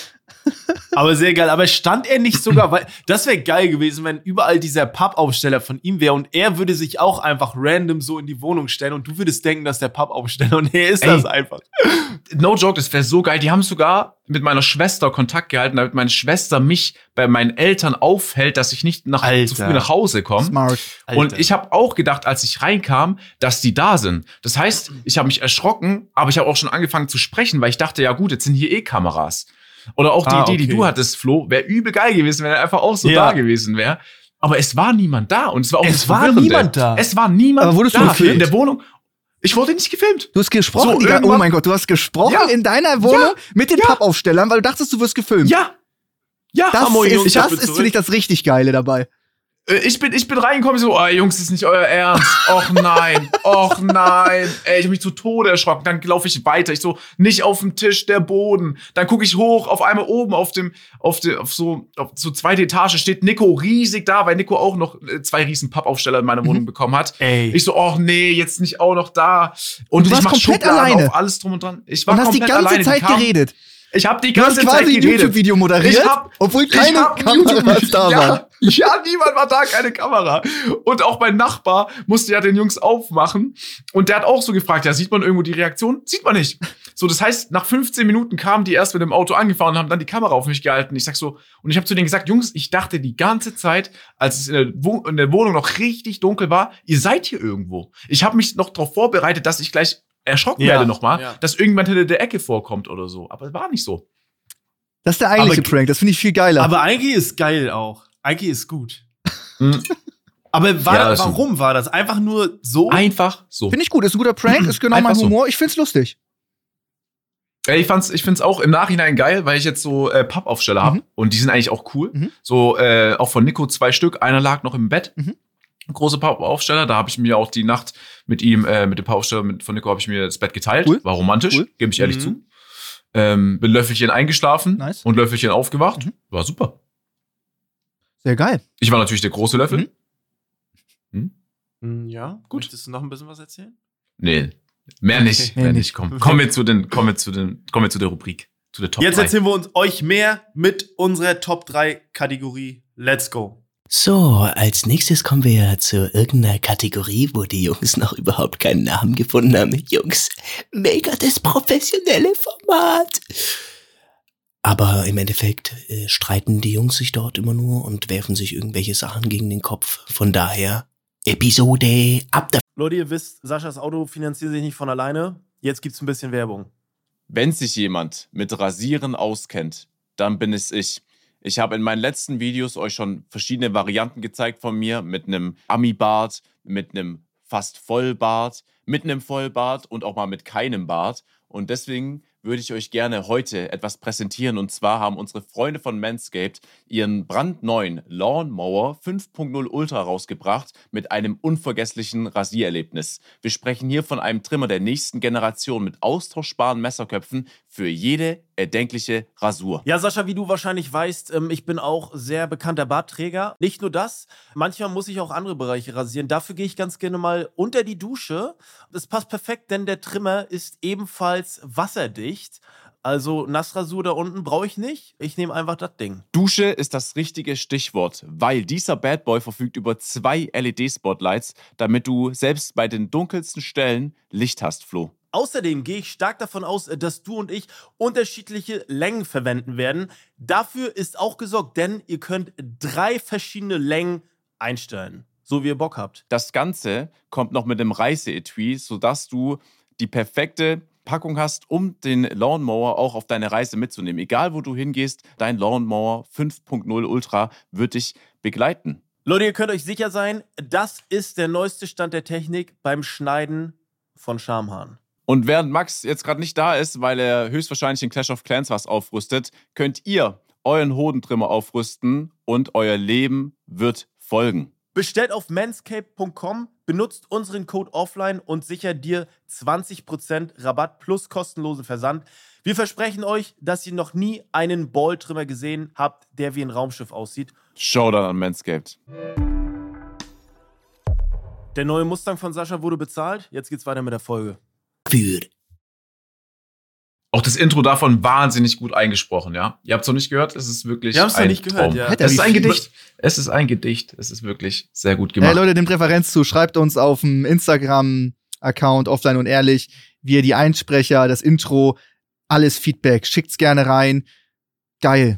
Aber sehr geil. Aber stand er nicht sogar, weil das wäre geil gewesen, wenn überall dieser Pappaufsteller von ihm wäre und er würde sich auch einfach random so in die Wohnung stellen und du würdest denken, dass der Pappaufsteller und er ist Ey. das einfach. No joke, das wäre so geil. Die haben sogar mit meiner Schwester Kontakt gehalten, damit meine Schwester mich bei meinen Eltern aufhält, dass ich nicht nach, Alter. zu früh nach Hause komme. Smart. Und Alter. ich habe auch gedacht, als ich reinkam, dass die da sind. Das heißt, ich habe mich erschrocken, aber ich habe auch schon angefangen zu sprechen, weil ich dachte, ja gut, jetzt sind hier eh Kameras. Oder auch die Ah, Idee, die okay. du hattest, Flo, wäre übel geil gewesen, wenn er einfach auch so Ja. da gewesen wäre. Aber es war niemand da. Und es war auch Es das war Verwirrende. niemand da. Es war niemand Aber wurdest du da gefilmt? in der Wohnung. Ich wurde nicht gefilmt. Du hast gesprochen, So, die, ga- oh irgendwann- mein Gott, du hast gesprochen Ja. in deiner Wohnung Ja. mit den Ja. Pappaufstellern, weil du dachtest, du wirst gefilmt. Ja. Ja, Das Hammer, ist, Jungs, das ich bin ist zurück. finde ich, das richtig Geile dabei. Äh, Ich bin, ich bin reingekommen, so, oh, Jungs, das ist nicht euer Ernst. Och nein, och nein. Ey, ich hab mich zu Tode erschrocken. Dann laufe ich weiter. Ich so, nicht auf dem Tisch, der Boden. Dann gucke ich hoch, auf einmal oben auf dem, auf der, auf so, auf so zweite Etage steht Nico riesig da, weil Nico auch noch äh, zwei riesen Pappaufsteller in meiner Wohnung bekommen hat. Ey. Ich so, oh nee, jetzt nicht auch noch da. Und du ich warst mach komplett Schubladen alleine. auf alles drum und dran. Ich war Und hast die komplett ganze alleine. Die Zeit kamen- geredet. Ich habe die Du hast ganze quasi Zeit ein geredet. YouTube-Video moderiert, Ich hab- obwohl Ich keine hab ein Kameras YouTube- da ja, waren. Ja, niemand war da, keine Kamera. Und auch mein Nachbar musste ja den Jungs aufmachen. Und der hat auch so gefragt, ja, sieht man irgendwo die Reaktion? Sieht man nicht. So, das heißt, nach fünfzehn Minuten kamen die erst mit dem Auto angefahren und haben dann die Kamera auf mich gehalten. Ich sag so, und ich habe zu denen gesagt, Jungs, ich dachte die ganze Zeit, als es in der, Wo- in der Wohnung noch richtig dunkel war, ihr seid hier irgendwo. Ich habe mich noch darauf vorbereitet, dass ich gleich erschrocken Ja, werde nochmal, ja. dass irgendwann hinter der Ecke vorkommt oder so. Aber es war nicht so. Das ist der eigentliche Aber- Prank, das finde ich viel geiler. Aber eigentlich ist geil auch. Eigentlich ist gut. Mhm. Aber war, Ja, das ist warum war das? Einfach nur so? Einfach so. Finde ich gut, ist ein guter Prank, ist genau Einfach mein so. Humor. Ich find's lustig. Ja, ich fand's, ich find's auch im Nachhinein geil, weil ich jetzt so äh, Pappaufsteller hab Mhm. und die sind eigentlich auch cool. Mhm. So äh, auch von Nico zwei Stück. Einer lag noch im Bett. Mhm. Große Pappaufsteller. Da habe ich mir auch die Nacht mit ihm, äh, mit dem Pappaufsteller mit, von Nico, habe ich mir das Bett geteilt. Cool. War romantisch, Cool. gebe ich ehrlich Mhm. zu. Ähm, bin Löffelchen eingeschlafen Nice. und Löffelchen aufgewacht. Mhm. War super. Sehr geil. Ich war natürlich der große Löffel. Mhm. Hm, Ja, Gut. Möchtest du noch ein bisschen was erzählen? Nee, mehr nicht. Mehr Mehr nicht. nicht. Komm, kommen wir zu den, kommen wir zu den, kommen wir zu der Rubrik, zu der Top Jetzt drei. erzählen wir uns euch mehr mit unserer Top drei Kategorie. Let's go. So, als nächstes kommen wir zu irgendeiner Kategorie, wo die Jungs noch überhaupt keinen Namen gefunden haben. Jungs, mega das professionelle Format. Aber im Endeffekt äh, streiten die Jungs sich dort immer nur und werfen sich irgendwelche Sachen gegen den Kopf. Von daher, Episode ab da. Leute, ihr wisst, Saschas Auto finanziert sich nicht von alleine. Jetzt gibt's ein bisschen Werbung. Wenn sich jemand mit Rasieren auskennt, dann bin es ich. Ich habe in meinen letzten Videos euch schon verschiedene Varianten gezeigt von mir, mit einem Ami-Bart, mit einem fast Vollbart, mit einem Vollbart und auch mal mit keinem Bart. Und deswegen würde ich euch gerne heute etwas präsentieren. Und zwar haben unsere Freunde von Manscaped ihren brandneuen Lawnmower fünf Punkt null Ultra rausgebracht mit einem unvergesslichen Rasiererlebnis. Wir sprechen hier von einem Trimmer der nächsten Generation mit austauschbaren Messerköpfen für jede erdenkliche Rasur. Ja, Sascha, wie du wahrscheinlich weißt, ähm, ich bin auch sehr bekannter Bartträger. Nicht nur das, manchmal muss ich auch andere Bereiche rasieren. Dafür gehe ich ganz gerne mal unter die Dusche. Das passt perfekt, denn der Trimmer ist ebenfalls wasserdicht. Also Nassrasur da unten brauche ich nicht. Ich nehme einfach das Ding. Dusche ist das richtige Stichwort, weil dieser Bad Boy verfügt über zwei L E D-Spotlights, damit du selbst bei den dunkelsten Stellen Licht hast, Flo. Außerdem gehe ich stark davon aus, dass du und ich unterschiedliche Längen verwenden werden. Dafür ist auch gesorgt, denn ihr könnt drei verschiedene Längen einstellen, so wie ihr Bock habt. Das Ganze kommt noch mit dem Reiseetui, sodass du die perfekte Packung hast, um den Lawnmower auch auf deine Reise mitzunehmen. Egal, wo du hingehst, dein Lawnmower fünf Punkt null Ultra wird dich begleiten. Leute, ihr könnt euch sicher sein, das ist der neueste Stand der Technik beim Schneiden von Schamhaaren. Und während Max jetzt gerade nicht da ist, weil er höchstwahrscheinlich in Clash of Clans was aufrüstet, könnt ihr euren Hodentrimmer aufrüsten und euer Leben wird folgen. Bestellt auf manscaped punkt com, benutzt unseren Code offline und sichert dir zwanzig Prozent Rabatt plus kostenlosen Versand. Wir versprechen euch, dass ihr noch nie einen Balltrimmer gesehen habt, der wie ein Raumschiff aussieht. Showdown an Manscaped. Der neue Mustang von Sascha wurde bezahlt. Jetzt geht's weiter mit der Folge. Für. Auch das Intro davon wahnsinnig gut eingesprochen, ja. Ihr habt es noch nicht gehört, es ist wirklich Wir haben's noch ein nicht gehört, Traum. ja. Hätte er Es ist wie ein viel- Gedicht. Es ist ein Gedicht. Es ist wirklich sehr gut gemacht. Hey Leute, nehmt Referenz zu. Schreibt uns auf dem Instagram-Account offline und ehrlich, wie ihr die Einsprecher, das Intro, alles Feedback. Schickt's gerne rein. Geil.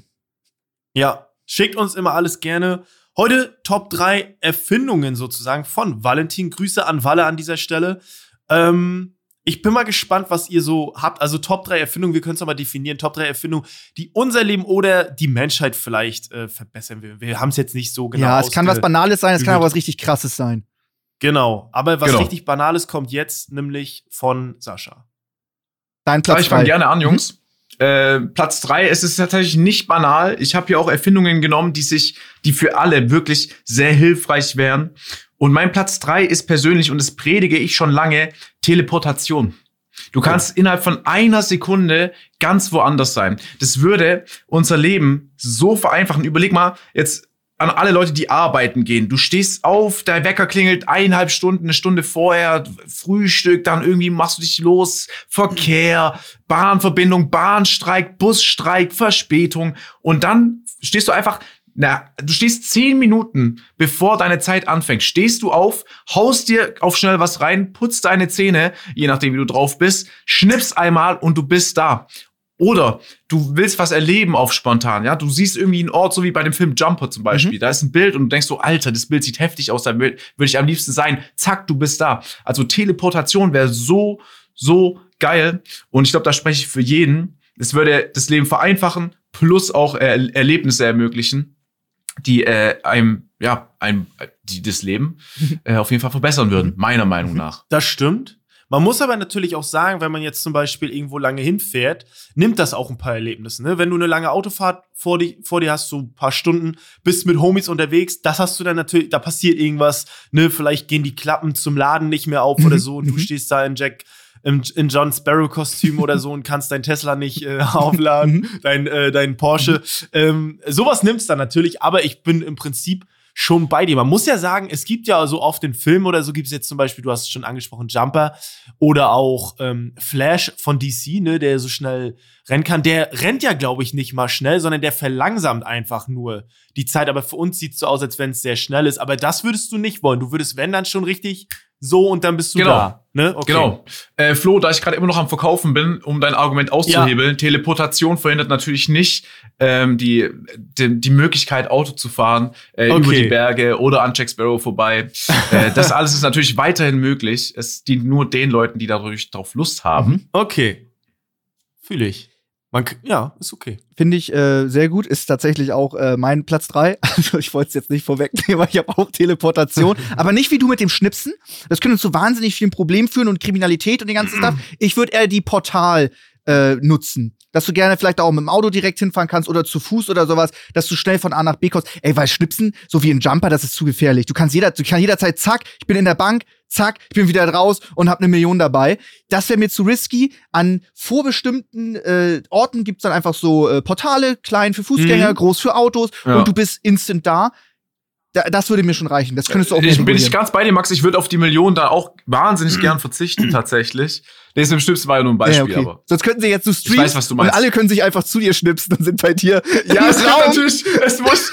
Ja, schickt uns immer alles gerne. Heute Top drei Erfindungen sozusagen von Valentin. Grüße an Walle an dieser Stelle. Ähm, ich bin mal gespannt, was ihr so habt. Also Top drei Erfindungen, wir können es mal definieren. Top drei Erfindungen, die unser Leben oder die Menschheit vielleicht äh, verbessern will. Wir haben es jetzt nicht so genau ja, es kann ausge- was Banales sein, es kann gewählt. aber was richtig Krasses sein. Genau, aber was Genau. richtig Banales kommt jetzt, nämlich von Sascha. Dein Ja, Platz ich fange drei. gerne an, Jungs. Äh, Platz drei, es ist tatsächlich nicht banal. Ich habe hier auch Erfindungen genommen, die sich, die für alle wirklich sehr hilfreich wären. Und mein Platz drei ist persönlich, und das predige ich schon lange, Teleportation. Du kannst innerhalb von einer Sekunde ganz woanders sein. Das würde unser Leben so vereinfachen. Überleg mal jetzt an alle Leute, die arbeiten gehen. Du stehst auf, der Wecker klingelt eineinhalb Stunden, eine Stunde vorher, Frühstück, dann irgendwie machst du dich los, Verkehr, Bahnverbindung, Bahnstreik, Busstreik, Verspätung. Und dann stehst du einfach, na, du stehst zehn Minuten, bevor deine Zeit anfängt, stehst du auf, haust dir auf schnell was rein, putzt deine Zähne, je nachdem, wie du drauf bist, schnippst einmal und du bist da. Oder du willst was erleben auf spontan, ja? Du siehst irgendwie einen Ort, so wie bei dem Film Jumper zum Beispiel. Mhm. Da ist ein Bild und du denkst so, Alter, das Bild sieht heftig aus, da würde würd ich am liebsten sein. Zack, du bist da. Also Teleportation wäre so, so geil. Und ich glaube, da spreche ich für jeden. Es würde das Leben vereinfachen, plus auch er Erlebnisse ermöglichen, die äh, einem, ja, einem, die das Leben äh, auf jeden Fall verbessern würden, meiner Meinung nach. Das stimmt. Man muss aber natürlich auch sagen, wenn man jetzt zum Beispiel irgendwo lange hinfährt, nimmt das auch ein paar Erlebnisse. Ne? Wenn du eine lange Autofahrt vor, die, vor dir hast, so ein paar Stunden, bist mit Homies unterwegs, das hast du dann natürlich, da passiert irgendwas, ne? Vielleicht gehen die Klappen zum Laden nicht mehr auf oder so und du stehst da in Jack, in, in John Sparrow-Kostüm oder so und kannst dein Tesla nicht äh, aufladen, dein, äh, dein Porsche. Ähm, sowas nimmt's dann natürlich, aber ich bin im Prinzip schon bei dir. Man muss ja sagen, es gibt ja so oft in Filmen oder so, gibt es jetzt zum Beispiel, du hast es schon angesprochen, Jumper oder auch ähm, Flash von D C, ne, der so schnell rennen kann. Der rennt ja, glaube ich, nicht mal schnell, sondern der verlangsamt einfach nur die Zeit. Aber für uns sieht es so aus, als wenn es sehr schnell ist. Aber das würdest du nicht wollen. Du würdest, wenn, dann schon richtig so und dann bist du Genau. da. Ne? Okay. Genau. Äh, Flo, da ich gerade immer noch am Verkaufen bin, um dein Argument auszuhebeln, Teleportation verhindert natürlich nicht ähm, die, die, die Möglichkeit, Auto zu fahren, äh, Okay. über die Berge oder an Jack Sparrow vorbei. äh, das alles ist natürlich weiterhin möglich. Es dient nur den Leuten, die dadurch drauf Lust haben. Okay. Fühle ich. Man, k- ja, ist okay. Finde ich äh, sehr gut, ist tatsächlich auch äh, mein Platz drei. Also ich wollte es jetzt nicht vorwegnehmen, weil ich habe auch Teleportation. Aber nicht wie du mit dem Schnipsen. Das könnte zu wahnsinnig vielen Problemen führen und Kriminalität und den ganzen Stuff. Ich würde eher die Portal äh, nutzen. Dass du gerne vielleicht auch mit dem Auto direkt hinfahren kannst oder zu Fuß oder sowas, dass du schnell von A nach B kommst. Ey, weil Schnipsen, so wie ein Jumper, das ist zu gefährlich. Du kannst jeder, du kannst jederzeit, zack, ich bin in der Bank, zack, ich bin wieder raus und hab eine Million dabei. Das wäre mir zu risky. An vorbestimmten äh, Orten gibt's dann einfach so äh, Portale, klein für Fußgänger, Mhm. groß für Autos Ja. und du bist instant da. da. Das würde mir schon reichen. Das könntest du auch Ich bin regulieren. ich ganz bei dir, Max. Ich würde auf die Million da auch wahnsinnig gern verzichten, tatsächlich. Das im Schnipsen war ja nur ein Beispiel, ja, okay. aber. Sonst könnten sie jetzt, du streamst weiß, was du und meinst. alle können sich einfach zu dir schnipsen und sind bei dir. Ja, es im wird Raum. natürlich, es muss,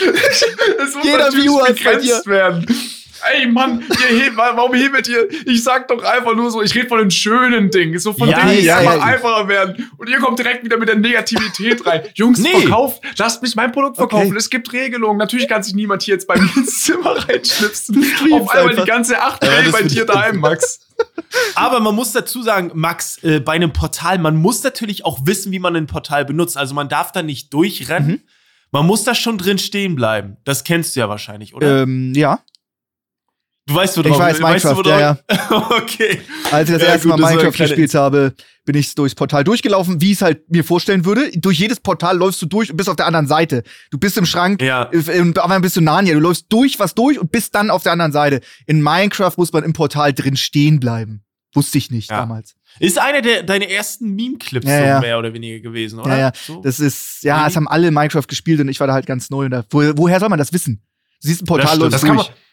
es muss Jeder natürlich Viewer ist bei begrenzt werden. Ey, Mann, ihr hebt, warum hebet ihr? Ich sag doch einfach nur so, ich rede von den schönen Dingen, so von Ja, Dingen, die ja, einfach ja. einfacher werden. Und ihr kommt direkt wieder mit der Negativität rein. Jungs, Nee. verkauft, lasst mich mein Produkt verkaufen. Okay. Es gibt Regelungen. Natürlich kann sich niemand hier jetzt bei mir ins Zimmer reinschnipsen. streamst Auf einmal einfach. die ganze acht Ja, K das bei find dir ich- daheim, Max. Aber man muss dazu sagen, Max, äh, bei einem Portal, man muss natürlich auch wissen, wie man ein Portal benutzt. Also man darf da nicht durchrennen. Mhm. Man muss da schon drin stehen bleiben. Das kennst du ja wahrscheinlich, oder? Ähm, ja. Du weißt, wo Ich weiß, Minecraft, du, wo ja, Okay. Als ich das Ja, erste gut, Mal das war Minecraft eine kleine- gespielt habe, bin ich durchs Portal durchgelaufen, wie ich es halt mir vorstellen würde. Durch jedes Portal läufst du durch und bist auf der anderen Seite. Du bist im Schrank, Ja. äh, und auf einmal bist du Narnia. Du läufst durch was durch und bist dann auf der anderen Seite. In Minecraft muss man im Portal drin stehen bleiben. Wusste ich nicht Ja. damals. Ist einer der deine ersten Meme-Clips Ja, so ja. mehr oder weniger gewesen, oder? Ja, ja. So? Das ist, ja, Mhm. es haben alle Minecraft gespielt und ich war da halt ganz neu. Und da, wo, woher soll man das wissen? Du siehst ein Portal, Das stimmt. läufst Das kann durch. man,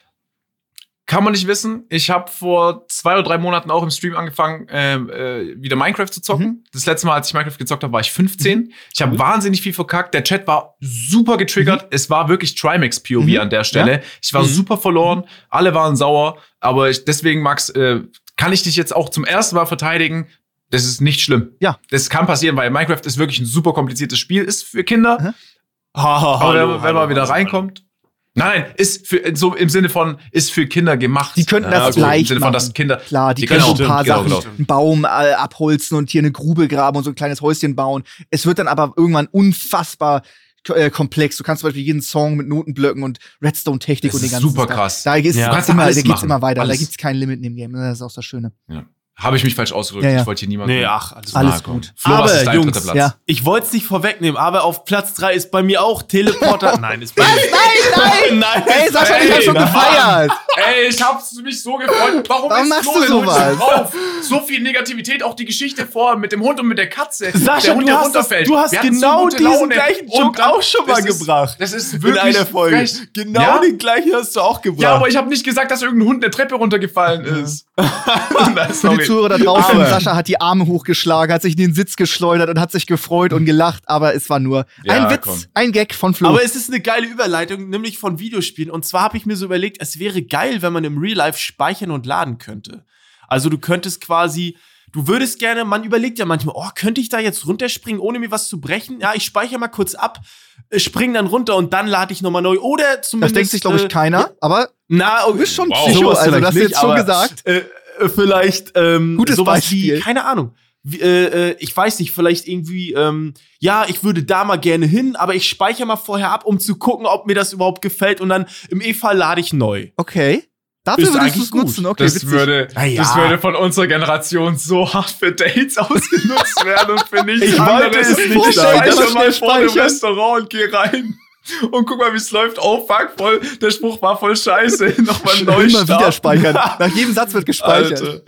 kann man nicht wissen. Ich habe vor zwei oder drei Monaten auch im Stream angefangen, äh, äh, wieder Minecraft zu zocken. Mhm. Das letzte Mal, als ich Minecraft gezockt habe, war ich fünfzehn. Ich habe wahnsinnig viel verkackt. Der Chat war super getriggert. Es war wirklich Trimax P O V Mhm. an der Stelle. Ich war Mhm. super verloren. Alle waren sauer. Aber ich, deswegen, Max, äh, kann ich dich jetzt auch zum ersten Mal verteidigen. Das ist nicht schlimm. Ja. Das kann passieren, weil Minecraft ist wirklich ein super kompliziertes Spiel. Ist für Kinder. Mhm. Ha, ha, Aber hallo, wenn, wenn hallo, man wieder hallo, reinkommt. Nein, ist für, so im Sinne von, ist für Kinder gemacht. Die könnten Ja, das gut, Im leicht Sinne machen. von, dass Kinder. Klar, die Die können genau, so ein paar stimmt, Sachen, genau, genau. einen Baum äh, abholzen und hier eine Grube graben und so ein kleines Häuschen bauen. Es wird dann aber irgendwann unfassbar äh, komplex. Du kannst zum Beispiel jeden Song mit Notenblöcken und Redstone-Technik Das und den ist ganzen super Stuff. krass. Da geht's, Ja. Du kannst immer, alles da geht's machen. immer weiter. Alles. Da gibt's kein Limit in dem Game. Das ist auch das Schöne. Habe ich mich falsch ausgedrückt. Ja, ja. Ich wollte hier niemanden. Nee, ach, alles, Alles nahe kommen. gut. Flo, Aber, was ist dein Jungs, dritter Platz? ja. Ich wollte es nicht vorwegnehmen, aber auf Platz drei ist bei mir auch Teleporter. Nein, ist bei mir. Nein, Nein, Hey, Sascha, ich hab schon Mann. gefeiert. Ey, ich hab's mich so gefreut. Warum, Warum ist machst Flo du denn heute sowas? so drauf? So viel Negativität, auch die Geschichte vor mit dem Hund und mit der Katze. Sascha, der Hund, du der hast, das, runterfällt. du hast Wir hatten so genau gute diesen Laune. gleichen Und Joke dann- auch schon mal das ist- gebracht. Das ist In wirklich einer Folge. frech. Genau Ja? den gleichen hast du auch gebracht. Ja, aber ich habe nicht gesagt, dass irgendein Hund eine Treppe runtergefallen ist. Nein, Für sorry. die Zuhörer da draußen, Aber- Sascha hat die Arme hochgeschlagen, hat sich in den Sitz geschleudert und hat sich gefreut und gelacht, aber es war nur Ja, ein Witz, komm. ein Gag von Flo. Aber es ist eine geile Überleitung, nämlich von Videospielen. Und zwar habe ich mir so überlegt, es wäre geil, wenn man im Real Life speichern und laden könnte. Also du könntest quasi, du würdest gerne, man überlegt ja manchmal, oh, könnte ich da jetzt runterspringen, ohne mir was zu brechen? Ja, ich speichere mal kurz ab, äh, spring dann runter und dann lade ich nochmal neu. Oder das zumindest. denkt sich, glaube ich, äh, keiner, aber Na, du bist schon Wow. Psycho, sowas also vielleicht das hast du nicht, jetzt schon aber, gesagt. Äh, äh, vielleicht ähm, Gutes sowas Beispiel. wie, keine Ahnung. Wie, äh, äh, ich weiß nicht, vielleicht irgendwie, ähm, ja, ich würde da mal gerne hin, aber ich speichere mal vorher ab, um zu gucken, ob mir das überhaupt gefällt und dann im E-Fall lade ich neu. Okay. Dafür Ist würdest du eigentlich es gut. nutzen, okay, Das witzig. würde, Na ja. das würde von unserer Generation so hart für Dates ausgenutzt werden und für nichts Ich anderes. wollte es nicht Ich sagen. speichere Das mal schnell vor dem speichern. Restaurant und geh rein. Und guck mal, wie es läuft. Oh, fuck, voll. Der Spruch war voll scheiße. Nochmal neu Immer wieder starten. speichern. Nach jedem Satz wird gespeichert. Alter.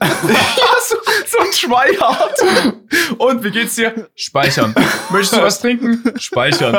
Ja, so, so ein Tryhard. Und wie geht's dir? Speichern. Möchtest du was trinken? Speichern.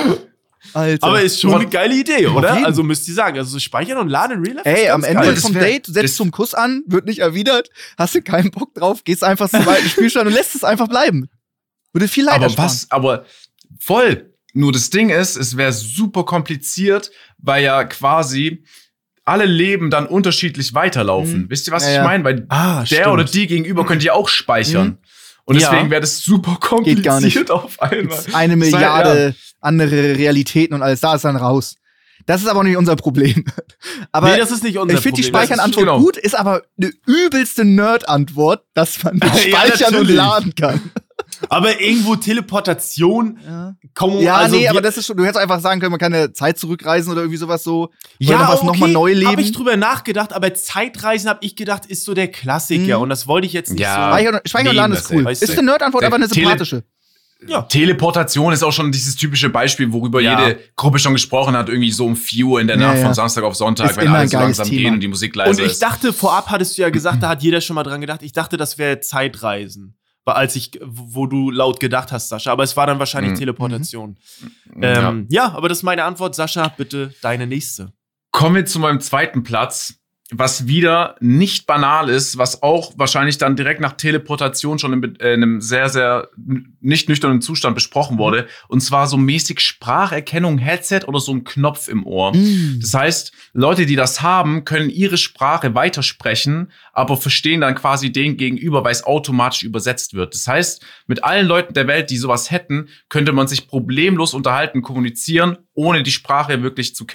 Alter. Aber ist schon Auf eine geile Idee, Auf oder? jeden. Also müsst ihr sagen, also so speichern und laden in Real Life. Ey, ist am ganz Ende geil. Das vom wär- Date, du setzt das- zum Kuss an, wird nicht erwidert, hast du keinen Bock drauf, gehst einfach zum zweiten Spielstand und lässt es einfach bleiben. Würde viel Leid Aber ersparen. was? Aber voll. Nur das Ding ist, es wäre super kompliziert, weil ja quasi alle Leben dann unterschiedlich weiterlaufen. Mhm. Wisst ihr, was Ja, ich ja. meine? Weil Ah, der stimmt. oder die gegenüber könnte ja auch speichern. Mhm. Und Ja. deswegen wäre das super Geht gar nicht. kompliziert auf einmal. Gibt's eine Sei- Milliarde andere Realitäten und alles, da ist dann raus. Das ist aber nicht unser Problem. Aber nee, das ist nicht unser ich finde die Problem. Das ist- Speichern-Antwort genau. gut, ist aber eine übelste Nerd-Antwort, dass man Ja, speichern und natürlich. laden kann. Aber irgendwo Teleportation, Ja, komm, ja also nee, wir- aber das ist schon, du hättest einfach sagen können, man kann eine Zeit zurückreisen oder irgendwie sowas so. ja, oder was okay, nochmal neu leben. Habe ich drüber nachgedacht, aber Zeitreisen habe ich gedacht, ist so der Klassiker Mhm. und das wollte ich jetzt nicht Ja. so. Speichern, Speichern und Nee, laden das ist cool. weißt Ist du. eine Nerd-Antwort, aber eine Tele- sympathische. Ja. Teleportation ist auch schon dieses typische Beispiel, worüber Ja. jede Gruppe schon gesprochen hat, irgendwie so um vier Uhr in der Ja, Nacht ja. von Samstag auf Sonntag, Ist wenn immer alle ein so geiles langsam Thema. gehen und die Musik leise Und ich ist. dachte, vorab hattest du ja gesagt, da hat jeder schon mal dran gedacht. Ich dachte, das wäre Zeitreisen. Weil als ich, wo du laut gedacht hast, Sascha. Aber es war dann wahrscheinlich Mhm. Teleportation. Ja. Ähm, ja. aber das ist meine Antwort. Sascha, bitte deine nächste. Kommen wir zu meinem zweiten Platz, was wieder nicht banal ist, was auch wahrscheinlich dann direkt nach Teleportation schon in, äh, in einem sehr, sehr n- nicht nüchternen Zustand besprochen wurde. Und zwar so mäßig Spracherkennung, Headset oder so ein Knopf im Ohr. Mm. Das heißt, Leute, die das haben, können ihre Sprache weitersprechen, aber verstehen dann quasi den Gegenüber, weil es automatisch übersetzt wird. Das heißt, mit allen Leuten der Welt, die sowas hätten, könnte man sich problemlos unterhalten, kommunizieren, ohne die Sprache wirklich zu kennen.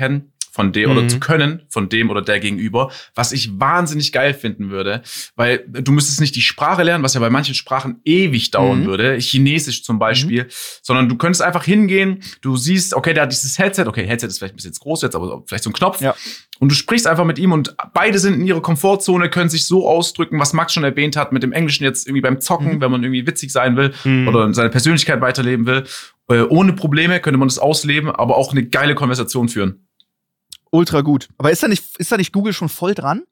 von dem Mhm. oder zu können von dem oder der Gegenüber, was ich wahnsinnig geil finden würde, weil du müsstest nicht die Sprache lernen, was ja bei manchen Sprachen ewig dauern Mhm. würde, Chinesisch zum Beispiel, sondern du könntest einfach hingehen, du siehst, okay, der hat dieses Headset, okay, Headset ist vielleicht ein bisschen zu groß jetzt, aber vielleicht so ein Knopf, Ja. und du sprichst einfach mit ihm und beide sind in ihrer Komfortzone, können sich so ausdrücken, was Max schon erwähnt hat, mit dem Englischen jetzt irgendwie beim Zocken, Mhm. wenn man irgendwie witzig sein will Mhm. oder seine Persönlichkeit weiterleben will. Äh, ohne Probleme könnte man das ausleben, aber auch eine geile Konversation führen. Ultra gut. Aber ist da nicht, ist da nicht Google schon voll dran?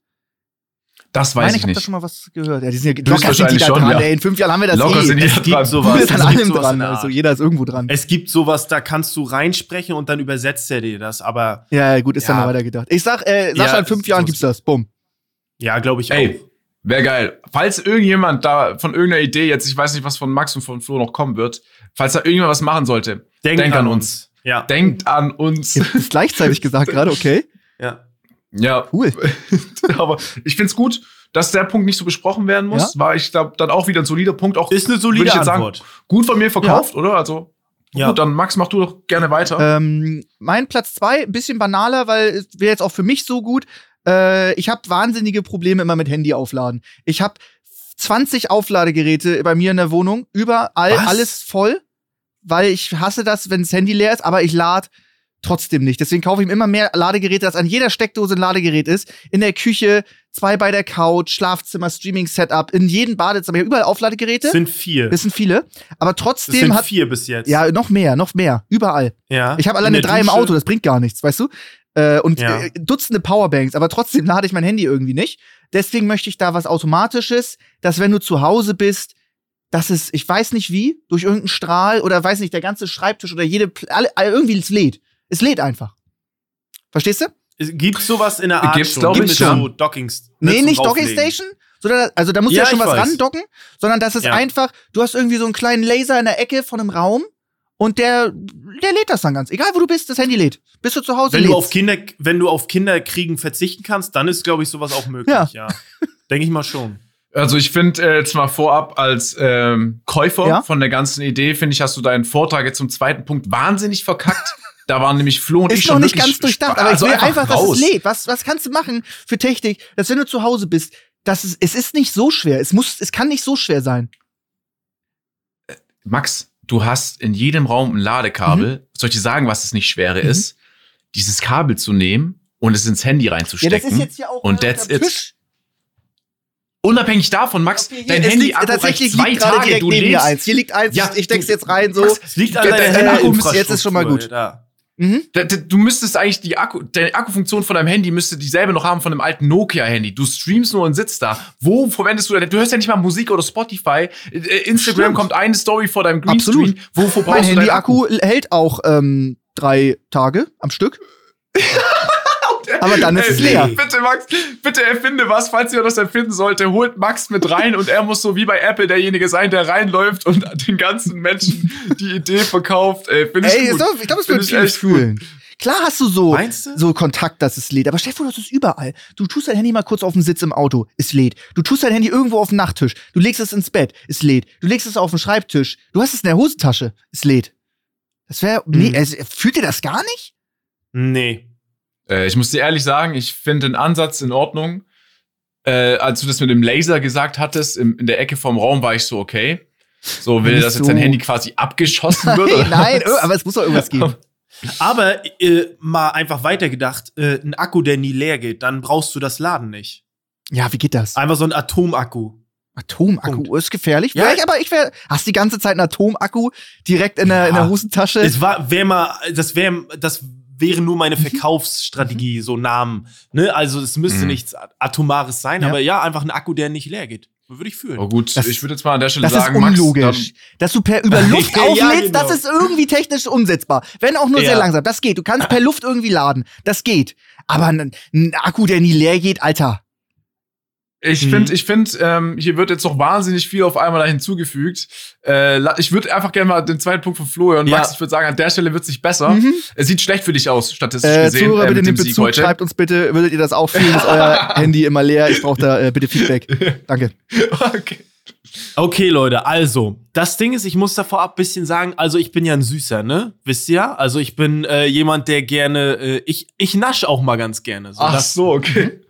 Das weiß Nein, ich ich habe da nicht. schon mal was gehört. Ja, die sind ja locker sind die Höchstwahrscheinlich da schon, dran. ja. Ey, in fünf Jahren haben wir das Locker eh. sind die Es da gibt dran. sowas. Google Ist an es gibt allem sowas dran. in der Also Art. jeder ist irgendwo dran. Es gibt sowas, da kannst du reinsprechen und dann übersetzt er dir das. Aber Ja, ja, gut, ist Ja. dann noch weitergedacht. Ich sag, äh, Sascha, Ja, in fünf Jahren so- gibt's das. Bumm. ja, glaube ich auch. Ey, wäre geil. Falls irgendjemand da von irgendeiner Idee jetzt, ich weiß nicht, was von Max und von Flo noch kommen wird, falls da irgendjemand was machen sollte, Denk, denk an uns. Ja. denkt an uns. Jetzt ist gleichzeitig gesagt gerade, okay. ja. Ja, Cool. aber ich find's gut, dass der Punkt nicht so besprochen werden muss. War, ich glaube, dann auch wieder ein solider Punkt. Auch Ist eine solide würde ich jetzt sagen, Antwort. gut von mir verkauft, oder? Also, Ja. gut, dann Max, mach du doch gerne weiter. Ähm, mein Platz zwei, ein bisschen banaler, weil es wäre jetzt auch für mich so gut. Äh, ich habe wahnsinnige Probleme immer mit Handy aufladen. Ich habe zwanzig Aufladegeräte bei mir in der Wohnung, überall Was? alles voll, weil ich hasse das, wenn das Handy leer ist, aber ich lade trotzdem nicht. Deswegen kaufe ich mir immer mehr Ladegeräte, dass an jeder Steckdose ein Ladegerät ist. In der Küche, zwei bei der Couch, Schlafzimmer, Streaming-Setup, in jedem Badezimmer. Ich hab überall Aufladegeräte. Das sind vier. Das sind viele. Aber Das trotzdem sind hat. vier bis jetzt. Ja, noch mehr, noch mehr. Überall. ja. Ich habe In alleine der drei im Dusche. Auto, das bringt gar nichts, weißt du? Äh, und Ja. äh, Dutzende Powerbanks, aber trotzdem lade ich mein Handy irgendwie nicht. Deswegen möchte ich da was Automatisches, dass wenn du zu Hause bist, dass es, ich weiß nicht wie, durch irgendeinen Strahl oder weiß nicht, der ganze Schreibtisch oder jede, Pl- alle, alle irgendwie es lädt. Es lädt einfach. Verstehst du? Es gibt sowas in der Art Gibt's, schon. glaub mit ich, so schon. Dockings. Nee, zum nicht Docking Drauflegen. Station, sondern, also da muss ja, Ja, ja schon ich was weiß. randocken, sondern das ist Ja. einfach, du hast irgendwie so einen kleinen Laser in der Ecke von einem Raum und der, der lädt das dann ganz. Egal wo du bist, das Handy lädt. Bist du zu Hause, Wenn du, lädt's. auf Kinder, wenn du auf Kinderkriegen verzichten kannst, dann ist, glaube ich, sowas auch möglich. Ja. Ja. Denke ich mal schon. Also ich finde äh, jetzt mal vorab als ähm, Käufer Ja? von der ganzen Idee, finde ich, hast du deinen Vortrag jetzt zum zweiten Punkt wahnsinnig verkackt. Da waren nämlich Flo und ich Ist schon noch nicht wirklich ganz durchdacht, spa- aber also ich will einfach, dass raus. es lädt. Was, was kannst du machen für Technik, dass wenn du zu Hause bist, dass es, es ist nicht so schwer. Es muss, es kann nicht so schwer sein. Max, du hast in jedem Raum ein Ladekabel. Soll ich dir sagen, was das nicht schwere Mhm. ist? Dieses Kabel zu nehmen und es ins Handy reinzustecken. ja auch und that's it. Unabhängig davon, Max, Okay, hier, dein es Handy liegt, akku reicht tatsächlich zwei liegt gerade Tage. direkt Du neben mir lädst. eins. Hier liegt eins, Ja, ich steck's du- jetzt rein, so. Es liegt an Der- deiner der- der Akku müsste- jetzt ist schon mal gut. Da. Mhm. Da- da- Du müsstest eigentlich die Akku, die Akkufunktion von deinem Handy müsste dieselbe noch haben von einem alten Nokia-Handy. Du streamst nur und sitzt da. Wo verwendest du denn? Du hörst ja nicht mal Musik oder Spotify. Äh, Instagram Stimmt. kommt eine Story vor deinem Greenscreen. Absolut. Wovor Mein brauchst du deinen Akku? Handy-Akku hält auch ähm, drei Tage am Stück. Aber dann ist es Ey, leer. Bitte, Max, bitte erfinde was, falls ihr das erfinden sollte. Holt Max mit rein und er muss so wie bei Apple derjenige sein, der reinläuft und den ganzen Menschen die Idee verkauft. Ey, finde ich Ey, gut. so, ich glaube, es Find wird ich viel echt fühlen. Klar hast du so, Meinst du? so Kontakt, dass es lädt. Aber stell dir vor, das ist überall. Du tust dein Handy mal kurz auf den Sitz im Auto, es lädt. Du tust dein Handy irgendwo auf den Nachttisch, du legst es ins Bett, es lädt. Du legst es auf den Schreibtisch, du hast es in der Hosentasche, es lädt. Das wäre, nee, Mhm. es, fühlt ihr das gar nicht? Nee. Äh, ich muss dir ehrlich sagen, ich finde den Ansatz in Ordnung. Äh, als du das mit dem Laser gesagt hattest, im, in der Ecke vom Raum, war ich so, okay. So will, Nicht dass jetzt so. dein Handy quasi abgeschossen wird. Nein, oder nein, was? aber es muss doch irgendwas geben. Aber äh, mal einfach weitergedacht, äh, ein Akku, der nie leer geht, dann brauchst du das Laden nicht. Ja, wie geht das? Einfach so ein Atomakku. Atomakku Punkt. ist gefährlich. Ja. Wär ich, aber ich wäre, hast die ganze Zeit einen Atomakku direkt in der, in der Ja. Hosentasche. Es war, wär mal, das wäre, das wäre nur meine Verkaufsstrategie, so Namen. Ne? Also es müsste Mhm. nichts Atomares sein, Ja. aber ja, einfach ein Akku, der nicht leer geht. Würde ich fühlen. Oh gut, Das- ich würde jetzt mal an der Stelle Das ist sagen, Max, unlogisch. Dass du per über Luft Ja, auflädst, genau. das ist irgendwie technisch umsetzbar. Wenn auch nur sehr Ja. langsam. Das geht. Du kannst per Luft irgendwie laden. Das geht. Aber ein, ein Akku, der nie leer geht, Alter. Ich Mhm. finde, ich finde, ähm, hier wird jetzt noch wahnsinnig viel auf einmal da hinzugefügt. Äh, la- ich würde einfach gerne mal den zweiten Punkt von Flo hören. Ja. Max, ich würde sagen, an der Stelle wird es nicht besser. Mhm. Es sieht schlecht für dich aus, statistisch Äh, gesehen. Zuhörer, äh, bitte mit dem nehmt Sieg Bezug. heute. Schreibt uns bitte, würdet ihr das auch fühlen? Ist euer Handy immer leer? Ich brauche da äh, bitte Feedback. Danke. Okay. Okay, Leute, also, das Ding ist, ich muss da vorab ein bisschen sagen, also ich bin ja ein Süßer, ne? Wisst ihr ja? Also ich bin äh, jemand, der gerne, äh, ich, ich nasch auch mal ganz gerne. So, Ach das, so, okay.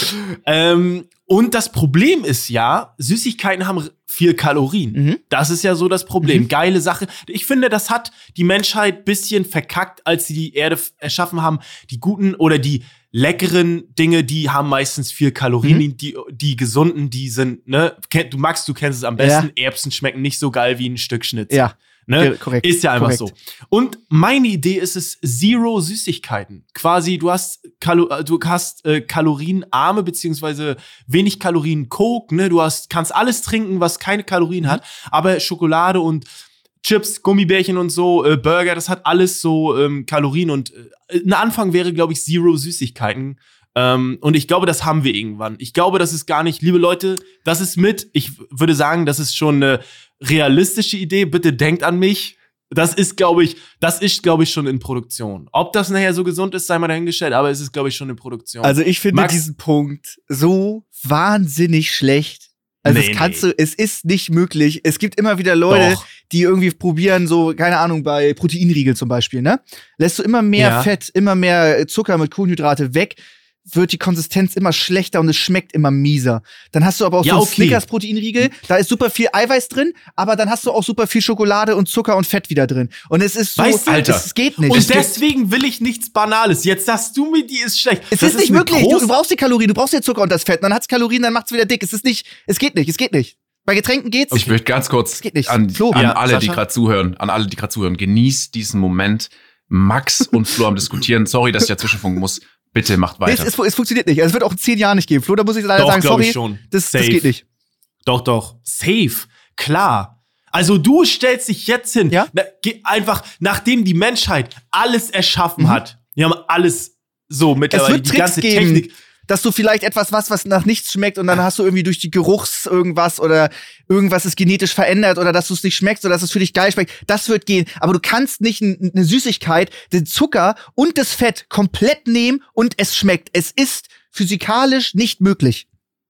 ähm, und das Problem ist ja, Süßigkeiten haben viel Kalorien. Mhm. Das ist ja so das Problem. Mhm. Geile Sache. Ich finde, das hat die Menschheit ein bisschen verkackt, als sie die Erde f- erschaffen haben. Die guten oder die leckeren Dinge, die haben meistens viel Kalorien. Mhm. Die, die gesunden, die sind, ne, kenn- du magst, du kennst es am besten. Erbsen schmecken nicht so geil wie ein Stück Schnitzel. Ja. Ne? Ge- korrekt, Ist ja einfach korrekt. so. Und meine Idee ist es, Zero Süßigkeiten. Quasi, du hast, Kalo- du hast äh, kalorienarme beziehungsweise wenig Kalorien Coke, ne? Du hast, kannst alles trinken, was keine Kalorien hat, aber Schokolade und Chips, Gummibärchen und so, äh, Burger, das hat alles so ähm, Kalorien und äh, ein Anfang wäre, glaube ich, Zero Süßigkeiten. Ähm, und ich glaube, das haben wir irgendwann. Ich glaube, das ist gar nicht, liebe Leute, das ist mit, ich würde sagen, das ist schon eine realistische Idee. Bitte denkt an mich. Das ist, glaube ich, das ist, glaube ich, schon in Produktion. Ob das nachher so gesund ist, sei mal dahingestellt, aber es ist, glaube ich, schon in Produktion. Also ich finde Max- diesen Punkt so wahnsinnig schlecht. Also Nee, es kannst nee. du, es ist nicht möglich. Es gibt immer wieder Leute, Doch. die irgendwie probieren, so, keine Ahnung, bei Proteinriegel zum Beispiel, ne? Lässt du immer mehr Ja. Fett, immer mehr Zucker mit Kohlenhydrate weg, wird die Konsistenz immer schlechter und es schmeckt immer mieser. Dann hast du aber auch Ja, so einen okay. Snickers-Proteinriegel, da ist super viel Eiweiß drin, aber dann hast du auch super viel Schokolade und Zucker und Fett wieder drin. Und es ist so, Weißt du, Alter. es geht nicht. Und es, geht, deswegen will ich nichts Banales. Jetzt sagst du mir, die ist schlecht. es Das ist nicht eine möglich. Du, groß- du brauchst die Kalorien, du brauchst den Zucker und das Fett. Und dann hat's Kalorien, dann macht's wieder dick. Es ist nicht, es geht nicht, es geht nicht. Bei Getränken geht's. Ich möchte ganz kurz geht nicht. an, Flo. an Ja, alle, die Sascha? gerade zuhören, an alle, die gerade zuhören, genießt diesen Moment. Max und Flo am Diskutieren. Sorry, dass ich dazwischen funken muss. Bitte macht Nee, es, weiter. es, es funktioniert nicht. Also es wird auch in zehn Jahren nicht geben. Flo, da muss ich leider Doch, sagen, glaub sorry, ich schon. Das, das Safe. geht nicht. Doch, doch. Safe. Klar. Also du stellst dich jetzt hin. Ja? Na, geh einfach, nachdem die Menschheit alles erschaffen Mhm. hat. Wir haben alles so Es mittlerweile, wird die Tricks ganze geben, Technik. dass du vielleicht etwas was, was nach nichts schmeckt und dann hast du irgendwie durch die Geruchs irgendwas oder irgendwas ist genetisch verändert oder dass du es nicht schmeckst oder dass es für dich geil schmeckt. Das wird gehen. Aber du kannst nicht n- eine Süßigkeit, den Zucker und das Fett komplett nehmen und es schmeckt. Es ist physikalisch nicht möglich.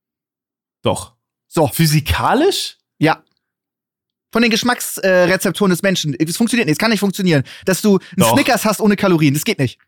Doch. So, Physikalisch? ja. Von den Geschmacksrezeptoren äh, Rezeptoren des Menschen. Es funktioniert nicht, es kann nicht funktionieren. Dass du einen Doch. Snickers hast ohne Kalorien, das geht nicht.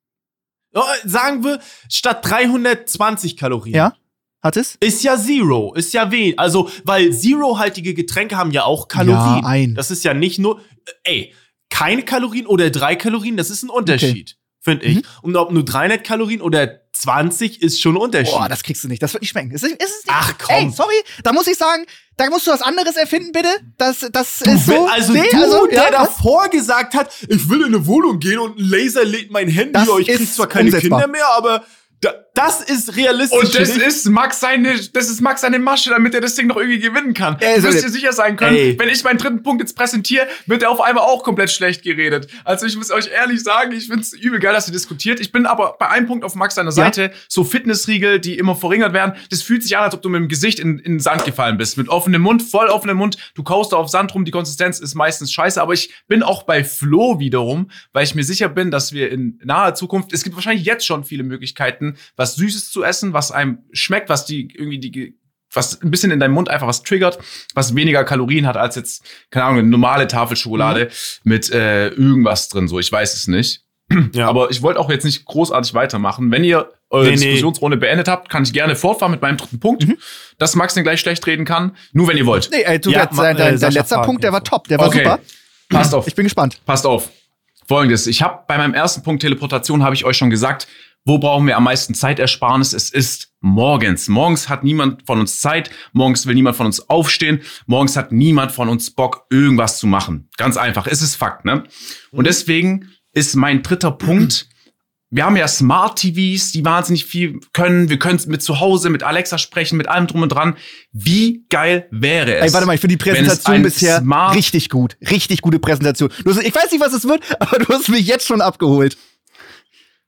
Oh, sagen wir, statt dreihundertzwanzig Kalorien. Ja? Hat es? Ist ja Zero, ist ja wenig. Also, weil Zero-haltige Getränke haben ja auch Kalorien. Ja, ein. Das ist ja nicht nur, äh, ey, keine Kalorien oder drei Kalorien, das ist ein Unterschied, finde ich. Mhm. Und ob nur dreihundert Kalorien oder zwanzig ist schon ein Unterschied. Boah, das kriegst du nicht. Das wird nicht schmecken. Es ist, es ist nicht. Ach, komm. Ey, sorry, da muss ich sagen, da musst du was anderes erfinden, bitte. Das, das Du ist will- so. also nee, du, also, der ja, was? davor gesagt hat, ich will in eine Wohnung gehen und ein Laser lädt mein Handy, Das oh, ich krieg ist zwar keine umsetzbar. Kinder mehr, aber da, das ist realistisch. Und das finde ich. ist Max seine, das ist Max seine Masche, damit er das Ding noch irgendwie gewinnen kann. Ey, Du so wirst lieb. dir sicher sein können, Ey. wenn ich meinen dritten Punkt jetzt präsentiere, wird er auf einmal auch komplett schlecht geredet. Also ich muss euch ehrlich sagen, ich find's übel geil, dass ihr diskutiert. Ich bin aber bei einem Punkt auf Max seiner Seite, so Fitnessriegel, die immer verringert werden. Das fühlt sich an, als ob du mit dem Gesicht in, in den Sand gefallen bist. Mit offenem Mund, voll offenem Mund. Du kaust da auf Sand rum, die Konsistenz ist meistens scheiße. Aber ich bin auch bei Flo wiederum, weil ich mir sicher bin, dass wir in naher Zukunft, es gibt wahrscheinlich jetzt schon viele Möglichkeiten, was Süßes zu essen, was einem schmeckt, was die irgendwie die was ein bisschen in deinem Mund einfach was triggert, was weniger Kalorien hat als jetzt, keine Ahnung, eine normale Tafel Schokolade mit äh, irgendwas drin, so, ich weiß es nicht. Ja. Aber ich wollte auch jetzt nicht großartig weitermachen. Wenn ihr eure Nee, nee. Diskussionsrunde beendet habt, kann ich gerne fortfahren mit meinem dritten Punkt, dass Max den gleich schlecht reden kann, nur wenn ihr wollt. Nee, ey, du, Ja, der, ma- dein, äh, dein, dein Sascha letzter Fragen Punkt, der war jetzt. top. Der war Okay. super. Passt auf. Ich bin gespannt. Passt auf. Folgendes, ich habe bei meinem ersten Punkt Teleportation, habe ich euch schon gesagt, wo brauchen wir am meisten Zeitersparnis? Es ist morgens. Morgens hat niemand von uns Zeit, morgens will niemand von uns aufstehen, morgens hat niemand von uns Bock, irgendwas zu machen. Ganz einfach, es ist Fakt, ne? Und deswegen ist mein dritter Punkt, wir haben ja Smart-T Vs, die wahnsinnig viel können. Wir können mit zu Hause, mit Alexa sprechen, mit allem drum und dran. Wie geil wäre es? Ey, warte mal, ich finde die wenn es Präsentation ein bisher Smart- richtig gut. Richtig gute Präsentation. Du hast, ich weiß nicht, was es wird, aber du hast mich jetzt schon abgeholt.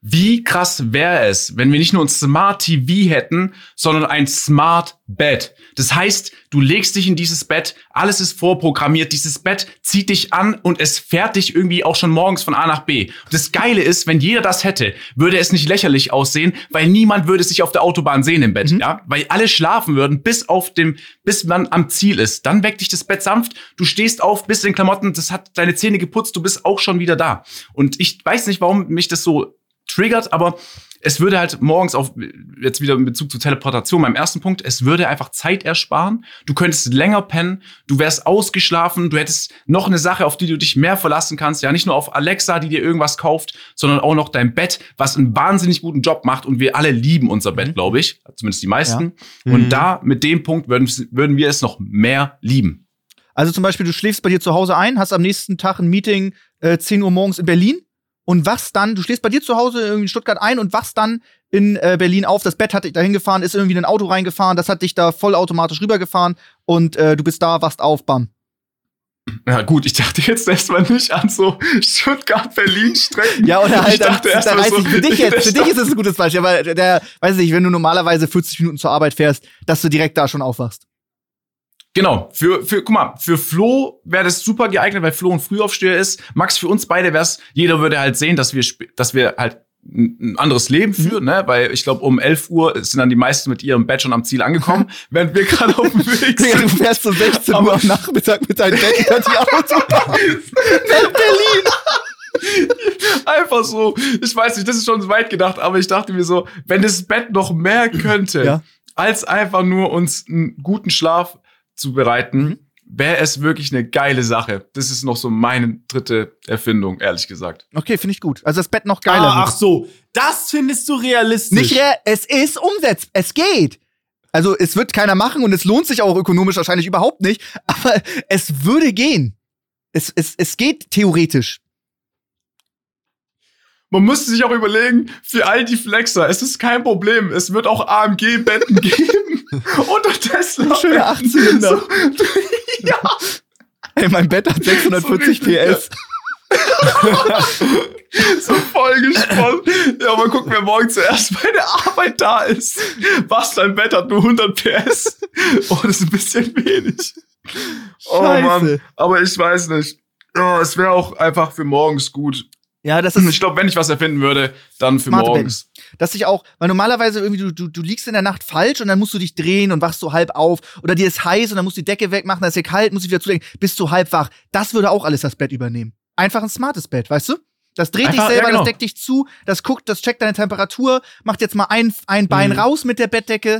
Wie krass wäre es, wenn wir nicht nur ein Smart T V hätten, sondern ein Smart Bed. Das heißt, du legst dich in dieses Bett, alles ist vorprogrammiert, dieses Bett zieht dich an und es fährt dich irgendwie auch schon morgens von A nach B. Das Geile ist, wenn jeder das hätte, würde es nicht lächerlich aussehen, weil niemand würde sich auf der Autobahn sehen im Bett, mhm. ja? Weil alle schlafen würden, bis auf dem, bis man am Ziel ist. Dann weckt dich das Bett sanft, du stehst auf, bist in Klamotten, das hat deine Zähne geputzt, du bist auch schon wieder da. Und ich weiß nicht, warum mich das so triggert, aber es würde halt morgens auf, jetzt wieder in Bezug zur Teleportation, meinem ersten Punkt, es würde einfach Zeit ersparen. Du könntest länger pennen, du wärst ausgeschlafen, du hättest noch eine Sache, auf die du dich mehr verlassen kannst. Ja, nicht nur auf Alexa, die dir irgendwas kauft, sondern auch noch dein Bett, was einen wahnsinnig guten Job macht. Und wir alle lieben unser Bett, glaube ich. Zumindest die meisten. Ja. Und mhm. da, mit dem Punkt, würden, würden wir es noch mehr lieben. Also zum Beispiel, du schläfst bei dir zu Hause ein, hast am nächsten Tag ein Meeting, äh, zehn Uhr morgens in Berlin. Und wachst dann, du stehst bei dir zu Hause irgendwie in Stuttgart ein und wachst dann in äh, Berlin auf. Das Bett hat dich dahin gefahren, ist irgendwie in ein Auto reingefahren, das hat dich da vollautomatisch rübergefahren und äh, du bist da, wachst auf, bam. Ja gut, ich dachte jetzt erstmal nicht an so Stuttgart-Berlin-Strecken. Ja, oder halt, ich dachte da, erst da mal reiß so, ich für dich jetzt, für dich ist es ein gutes Beispiel, aber der, weiß nicht, wenn du normalerweise vierzig Minuten zur Arbeit fährst, dass du direkt da schon aufwachst. Genau, für, für, guck mal, für Flo wäre das super geeignet, weil Flo ein Frühaufsteher ist. Max, für uns beide wär's, jeder würde halt sehen, dass wir, dass wir halt ein anderes Leben führen, mhm. ne? Weil ich glaube, um elf Uhr sind dann die meisten mit ihrem Bett schon am Ziel angekommen, während wir gerade auf dem Weg sind. Du fährst so sechzehn Uhr am Nachmittag mit deinem Bett über die Autobahn nach Berlin. Einfach so, ich weiß nicht, das ist schon so weit gedacht, aber ich dachte mir so, wenn das Bett noch mehr könnte, ja. als einfach nur uns einen guten Schlaf zu bereiten, mhm. wäre es wirklich eine geile Sache. Das ist noch so meine dritte Erfindung, ehrlich gesagt. Okay, finde ich gut. Also das Bett noch geiler. Ah, ach so, das findest du realistisch. Nicht real, es ist umsetzbar. Es geht. Also es wird keiner machen und es lohnt sich auch ökonomisch wahrscheinlich überhaupt nicht, aber es würde gehen. Es, es, es geht theoretisch. Man müsste sich auch überlegen, für all die Flexer, es ist kein Problem. Es wird auch A M G-Betten geben. Unter Tesla. Schöne achtzylinder. So, ja. Ey, mein Bett hat sechshundertvierzig P S. So voll gespannt. Ja, mal gucken, wer morgen zuerst bei der Arbeit da ist. Was, dein Bett hat nur hundert P S. Oh, das ist ein bisschen wenig. Oh Mann. Aber ich weiß nicht. Oh, es wäre auch einfach für morgens gut. Ja, das ist. Ich glaube, wenn ich was erfinden würde, dann für Smarte morgens. Betten. Dass ich auch, weil normalerweise irgendwie du, du, du liegst in der Nacht falsch und dann musst du dich drehen und wachst so halb auf. Oder dir ist heiß und dann musst du die Decke wegmachen, dann ist dir kalt, musst du wieder zudecken, bist du halb wach. Das würde auch alles das Bett übernehmen. Einfach ein smartes Bett, weißt du? Das dreht Einfach, dich selber, ja, genau. Das deckt dich zu, das guckt, das checkt deine Temperatur, macht jetzt mal ein, ein Bein mhm. raus mit der Bettdecke.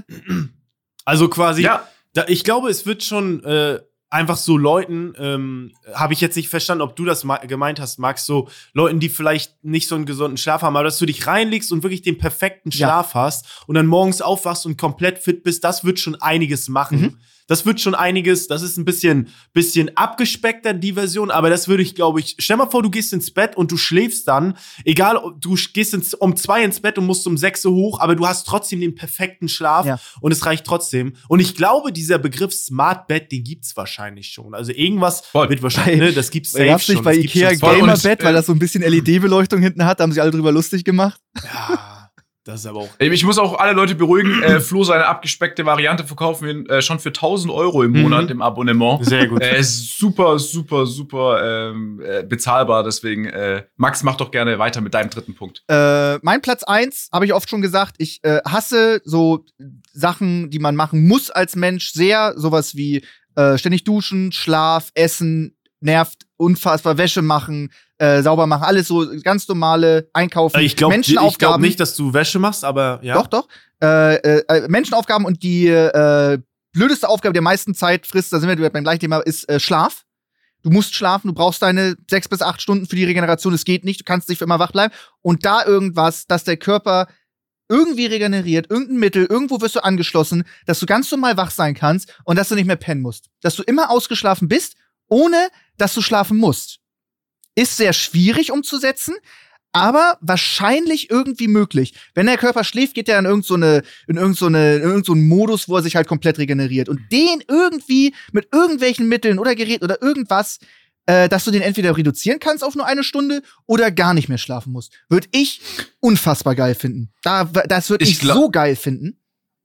Also quasi, ja. da, ich glaube, es wird schon äh, einfach so Leuten, ähm, habe ich jetzt nicht verstanden, ob du das ma- gemeint hast, Max, so Leuten, die vielleicht nicht so einen gesunden Schlaf haben, aber dass du dich reinlegst und wirklich den perfekten Schlaf ja. hast und dann morgens aufwachst und komplett fit bist, das wird schon einiges machen. Mhm. Das wird schon einiges, das ist ein bisschen, bisschen abgespeckter, die Version, aber das würde ich, glaube ich, stell mal vor, du gehst ins Bett und du schläfst dann, egal, du gehst ins, um zwei ins Bett und musst um sechs Uhr hoch, aber du hast trotzdem den perfekten Schlaf ja. und es reicht trotzdem. Und ich glaube, dieser Begriff Smart Bed, den gibt's wahrscheinlich schon. Also irgendwas voll. wird wahrscheinlich, ne, das gibt's safe gab's schon. Nicht bei Ikea Gamer Bett, weil das so ein bisschen L E D-Beleuchtung hinten hat, da haben sich alle drüber lustig gemacht. Ja. Das ist aber auch. Ich muss auch alle Leute beruhigen, äh, Flo seine abgespeckte Variante verkaufen wir äh, schon für tausend Euro im Monat mhm. im Abonnement. Sehr gut. Äh, ist super, super, super ähm, äh, bezahlbar. Deswegen, äh, Max, mach doch gerne weiter mit deinem dritten Punkt. Äh, mein Platz eins, habe ich oft schon gesagt, ich äh, hasse so Sachen, die man machen muss als Mensch sehr. Sowas wie äh, ständig duschen, Schlaf, Essen, nervt, unfassbar Wäsche machen, äh, sauber machen, alles so ganz normale Einkaufen. Ich glaube Menschenaufgaben. glaub nicht, dass du Wäsche machst, aber ja. Doch, doch. Äh, äh, Menschenaufgaben und die äh, blödeste Aufgabe, die der meisten Zeit frisst, da sind wir beim gleichen Thema, ist äh, Schlaf. Du musst schlafen, du brauchst deine sechs bis acht Stunden für die Regeneration, es geht nicht, du kannst nicht für immer wach bleiben. Und da irgendwas, dass der Körper irgendwie regeneriert, irgendein Mittel, irgendwo wirst du angeschlossen, dass du ganz normal wach sein kannst und dass du nicht mehr pennen musst. Dass du immer ausgeschlafen bist, ohne dass du schlafen musst. Ist sehr schwierig umzusetzen, aber wahrscheinlich irgendwie möglich. Wenn der Körper schläft, geht er in irgend so eine, in irgend so eine, in irgend so einen Modus, wo er sich halt komplett regeneriert. Und den irgendwie mit irgendwelchen Mitteln oder Geräten oder irgendwas äh, dass du den entweder reduzieren kannst auf nur eine Stunde oder gar nicht mehr schlafen musst. Würde ich unfassbar geil finden. Da, das würde ich, Ich glaub- so geil finden.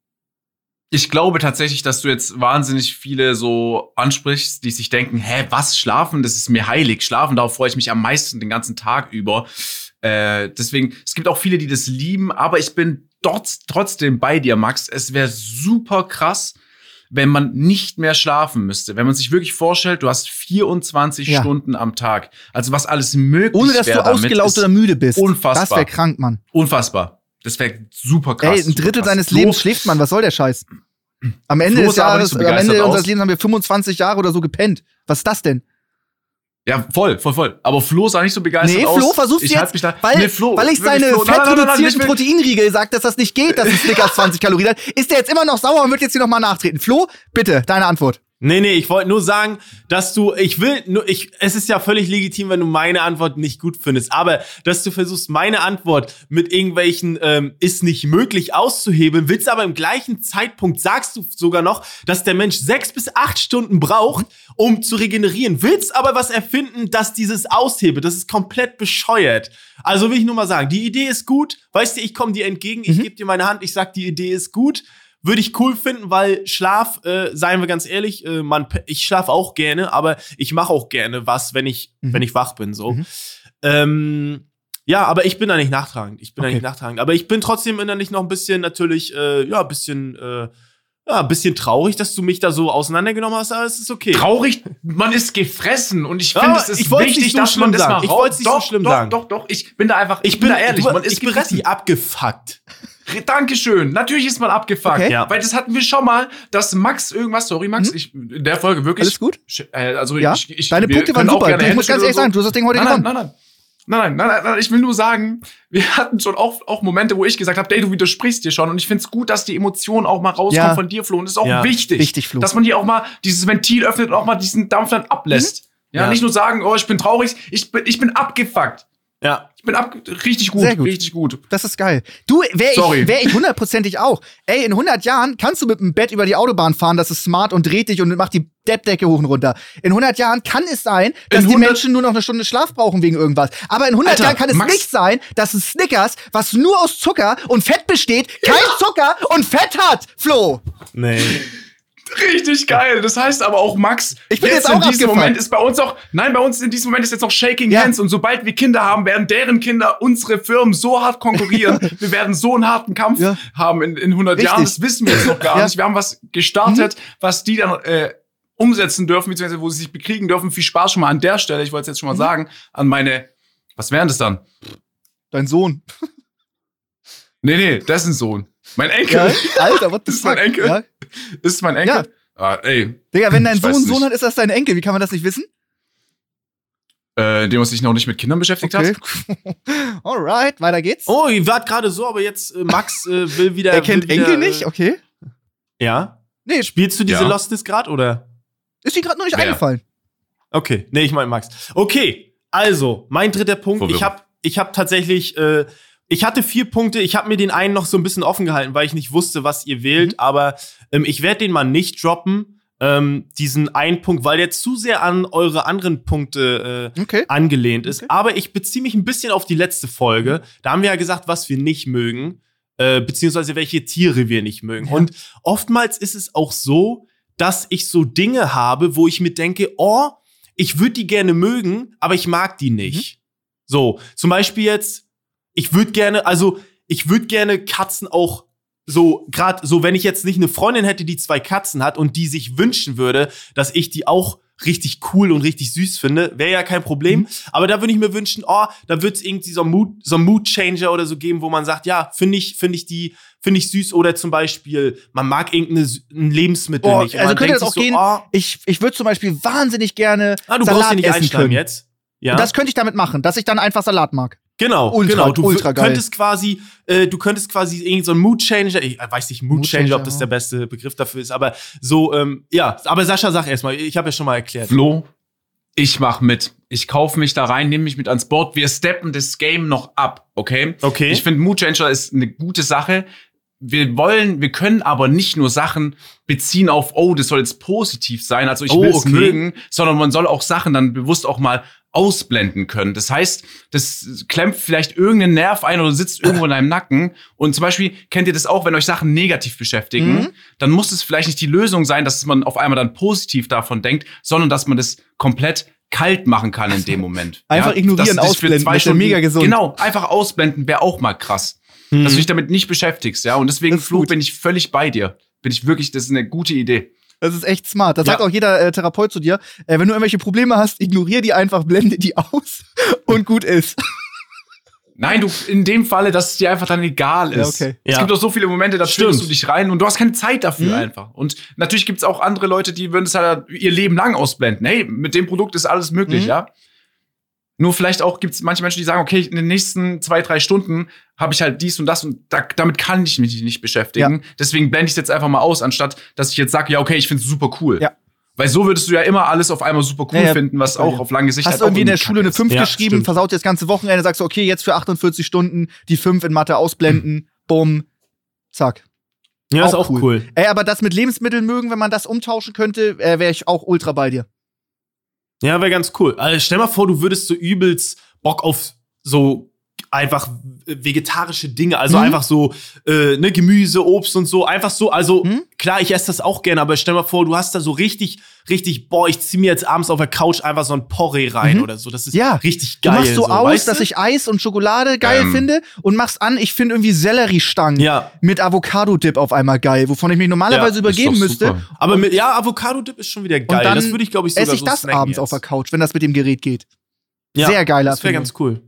Ich glaube tatsächlich, dass du jetzt wahnsinnig viele so ansprichst, die sich denken, hä, was, schlafen, das ist mir heilig. Schlafen, darauf freue ich mich am meisten den ganzen Tag über. Äh, deswegen, es gibt auch viele, die das lieben, aber ich bin dort trotzdem bei dir, Max. Es wäre super krass, wenn man nicht mehr schlafen müsste. Wenn man sich wirklich vorstellt, du hast vierundzwanzig Ja. Stunden am Tag. Also was alles möglich Ohne dass wär du damit, ausgelaugt ist oder müde bist. unfassbar. Das wäre krank, Mann. Unfassbar. Das wäre super krass. Ey, ein super Drittel krass. seines Flo, Lebens schläft man. Was soll der Scheiß? Am Ende Flo des sah aber Jahres, nicht so am begeistert Ende aus. unseres Lebens haben wir fünfundzwanzig Jahre oder so gepennt. Was ist das denn? Ja, voll, voll, voll. Aber Flo sah nicht so begeistert Nee, aus. Flo versuchst du Ich halt jetzt, mich da, weil, nee, Flo, weil ich wirklich, seine Flo, nein, nein, nein, nein, fettreduzierten ich will- Proteinriegel sagt, dass das nicht geht, dass ein Snickers zwanzig Kalorien hat, ist der jetzt immer noch sauer und wird jetzt hier nochmal nachtreten. Flo, bitte, deine Antwort. Nee, nee, ich wollte nur sagen, dass du, ich will, nur, ich, es ist ja völlig legitim, wenn du meine Antwort nicht gut findest, aber dass du versuchst, meine Antwort mit irgendwelchen ähm, ist nicht möglich auszuhebeln, willst aber im gleichen Zeitpunkt sagst du sogar noch, dass der Mensch sechs bis acht Stunden braucht, um zu regenerieren, willst aber was erfinden, dass dieses aushebelt, das ist komplett bescheuert. Also will ich nur mal sagen, die Idee ist gut, weißt du, ich komme dir entgegen, ich gebe dir meine Hand, ich sag, die Idee ist gut. Würde ich cool finden, weil Schlaf, äh, seien wir ganz ehrlich, äh, man, ich schlafe auch gerne, aber ich mache auch gerne was, wenn ich, Mhm. wenn ich wach bin, so. Mhm. Ähm, ja, aber ich bin da nicht nachtragend. Ich bin Okay. da nicht nachtragend. Aber ich bin trotzdem innerlich noch ein bisschen natürlich, äh, ja, ein bisschen, äh, ja, ein bisschen traurig, dass du mich da so auseinandergenommen hast, aber es ist okay. Traurig, man ist gefressen und ich Ja, finde, es ist ich wollt's wichtig, nicht so dass man schlimm das sagen. mal Ich raus- wollt's nicht so doch, schlimm doch, sagen. Doch, doch, ich bin da einfach, Ich bin da ehrlich, du, man ist ich bin gefressen. richtig abgefuckt. Dankeschön. Natürlich ist man abgefuckt. Okay. Ja. Weil das hatten wir schon mal, dass Max irgendwas, sorry Max, Mhm. ich, in der Folge wirklich. Alles gut? Äh, also Ja? ich, ich, Deine wir Punkte waren können auch super. gerne Ich muss ganz Händeschütteln ehrlich sagen, und du hast das Ding heute nein, nein, gewonnen. nein, nein. Nein, nein, nein, nein, ich will nur sagen, wir hatten schon auch, auch Momente, wo ich gesagt habe, ey, du widersprichst dir schon. Und ich finde es gut, dass die Emotionen auch mal rauskommen Ja. von dir, Flo. Und das ist auch Ja. wichtig. Wichtig, Flo. Dass man hier auch mal dieses Ventil öffnet und auch mal diesen Dampf dann ablässt. Ja, Ja. nicht nur sagen, oh, ich bin traurig, ich bin, ich bin abgefuckt. Ja. Ich bin ab, richtig gut, Sehr gut. richtig gut. Das ist geil. Du, wäre Sorry. ich, wär ich hundertprozentig auch. Ey, in hundert Jahren kannst du mit dem Bett über die Autobahn fahren, das ist smart und dreht dich und macht die Deppdecke hoch und runter. In hundert Jahren kann es sein, dass In die hundert Menschen nur noch eine Stunde Schlaf brauchen wegen irgendwas. Aber in hundert Alter, Jahren kann es Max- nicht sein, dass ein Snickers, was nur aus Zucker und Fett besteht, kein Zucker und Fett hat, Flo. Nee. Richtig geil. Das heißt aber auch, Max, Ich bin jetzt auch in diesem abgefuckt. Moment ist bei uns auch, nein, bei uns in diesem Moment ist jetzt noch Shaking Ja. Hands und sobald wir Kinder haben, werden deren Kinder unsere Firmen so hart konkurrieren. Wir werden so einen harten Kampf Ja. haben in, in hundert Richtig. Jahren. Das wissen wir jetzt noch gar Ja. nicht. Wir haben was gestartet, was die dann äh, umsetzen dürfen, beziehungsweise wo sie sich bekriegen dürfen. Viel Spaß schon mal an der Stelle. Ich wollte es jetzt schon mal sagen, an meine, was wären das dann? Dein Sohn. Nee, nee, das ist ein Sohn. Mein Enkel. Ja, Alter, what the Das ist mein fuck? Enkel. Ja. Ist mein Enkel. Ah, ey, Digga, wenn dein Ich Sohn weiß einen Sohn nicht. hat, ist das dein Enkel. Wie kann man das nicht wissen? äh, dem, was sich noch nicht mit Kindern beschäftigt Okay. hat. Alright, weiter geht's. Oh, ihr wart gerade so, aber jetzt äh, Max äh, will wieder. er kennt will wieder, Enkel nicht, okay. Äh, ja. Nee, Spielst du diese Ja. Lostness gerade oder? ist dir gerade noch nicht Wer? eingefallen. Okay, nee, ich meine Max. Okay, also, mein dritter Punkt. Verwirrung. Ich habe ich hab tatsächlich, äh, ich hatte vier Punkte. Ich habe mir den einen noch so ein bisschen offen gehalten, weil ich nicht wusste, was ihr wählt. Mhm. Aber ähm, ich werde den mal nicht droppen, ähm, diesen einen Punkt, weil der zu sehr an eure anderen Punkte äh, Okay. angelehnt ist. Okay. Aber ich beziehe mich ein bisschen auf die letzte Folge. Da haben wir ja gesagt, was wir nicht mögen, äh, beziehungsweise welche Tiere wir nicht mögen. Ja. Und oftmals ist es auch so, dass ich so Dinge habe, wo ich mir denke, oh, ich würde die gerne mögen, aber ich mag die nicht. So, zum Beispiel jetzt, ich würde gerne, also ich würde gerne Katzen auch so, gerade so, wenn ich jetzt nicht eine Freundin hätte, die zwei Katzen hat und die sich wünschen würde, dass ich die auch richtig cool und richtig süß finde, wäre ja kein Problem. Mhm. Aber da würde ich mir wünschen, oh, da wird es irgendwie so ein Mood, so ein Mood-Changer oder so geben, wo man sagt, ja, finde ich, finde ich die, finde ich süß. Oder zum Beispiel, man mag irgendein Lebensmittel Boah, nicht. Und also man könnte denkt das auch sich so, gehen, oh, ich, ich würde zum Beispiel wahnsinnig gerne ah, du Salat brauchst dir nicht essen einschreiben können. jetzt. Ja. Und das könnte ich damit machen, dass ich dann einfach Salat mag. Genau, Ultra- genau. Du ultra w- geil. könntest quasi, äh, du könntest quasi irgend so ein Mood Changer, ich äh, weiß nicht, Mood, Mood Changer, Changer, ob das ja. der beste Begriff dafür ist, aber so, ähm, ja, aber Sascha, sag erstmal, ich habe ja schon mal erklärt. Flo, ich mach mit. Ich kaufe mich da rein, nehme mich mit ans Board. Wir steppen das Game noch ab, okay? Okay. Ich finde, Mood Changer ist eine gute Sache. wir wollen, wir können aber nicht nur Sachen beziehen auf, oh, das soll jetzt positiv sein, also ich Oh, will es okay. mögen, sondern man soll auch Sachen dann bewusst auch mal ausblenden können. Das heißt, das klemmt vielleicht irgendeinen Nerv ein oder sitzt irgendwo in deinem Nacken. Und zum Beispiel kennt ihr das auch, wenn euch Sachen negativ beschäftigen, Mhm. dann muss es vielleicht nicht die Lösung sein, dass man auf einmal dann positiv davon denkt, sondern dass man das komplett kalt machen kann in dem Moment. Einfach ignorieren, dass du dich für ausblenden, zwei das ist ja Stunden- mega gesund. Genau, einfach ausblenden wäre auch mal krass. Mhm. Dass du dich damit nicht beschäftigst, ja. Und deswegen, Das ist Flo, gut. bin ich völlig bei dir. Bin ich wirklich, das ist eine gute Idee. Das ist echt smart. Das Ja. sagt auch jeder äh, Therapeut zu dir. Äh, wenn du irgendwelche Probleme hast, ignorier die einfach, blende die aus und gut ist. Nein, du, in dem Falle, dass es dir einfach dann egal Ja, ist. okay. Es Ja. gibt auch so viele Momente, da Stimmt. stürzt du dich rein und du hast keine Zeit dafür Mhm. einfach. Und natürlich gibt's auch andere Leute, die würden es halt ihr Leben lang ausblenden. Hey, mit dem Produkt ist alles möglich, Mhm. ja. Nur vielleicht auch gibt's manche Menschen, die sagen, okay, in den nächsten zwei, drei Stunden habe ich halt dies und das und da, damit kann ich mich nicht beschäftigen. Deswegen blende ich es jetzt einfach mal aus, anstatt dass ich jetzt sage, ja, okay, ich finde es super cool. Ja. Weil so würdest du ja immer alles auf einmal super cool Ja, ja, finden, was bei auch dir. auf lange Sicht Hast halt du auch irgendwie in der Kacke Schule eine ist. fünf Ja, geschrieben, stimmt. versaut dir das ganze Wochenende, sagst du, okay, jetzt für achtundvierzig Stunden die fünf in Mathe ausblenden, bumm, zack. Ja, ist Auch auch cool. cool. Ey, aber das mit Lebensmitteln mögen, wenn man das umtauschen könnte, äh, wäre ich auch ultra bei dir. Ja, wäre ganz cool. Also stell mal vor, du würdest so übelst Bock auf so einfach vegetarische Dinge, also Mhm. einfach so äh, ne, Gemüse, Obst und so, einfach so, also Mhm. klar, ich esse das auch gerne, aber stell mal vor, du hast da so richtig, richtig, boah, ich zieh mir jetzt abends auf der Couch einfach so ein Porree rein Mhm. oder so, das ist Ja. richtig Du geil. machst so, aus, weißt du? dass ich Eis und Schokolade geil Ähm. finde und machst an, ich finde irgendwie Selleriestangen Ja, mit Avocado-Dip auf einmal geil, wovon ich mich normalerweise Ja, übergeben Ist doch müsste. super. aber mit, ja, Avocado-Dip ist schon wieder geil, dann das würde ich, glaube ich, sogar Esse ich so das snacken abends jetzt. auf der Couch, wenn das mit dem Gerät geht. Ja, Sehr geiler das wäre Film. ganz cool.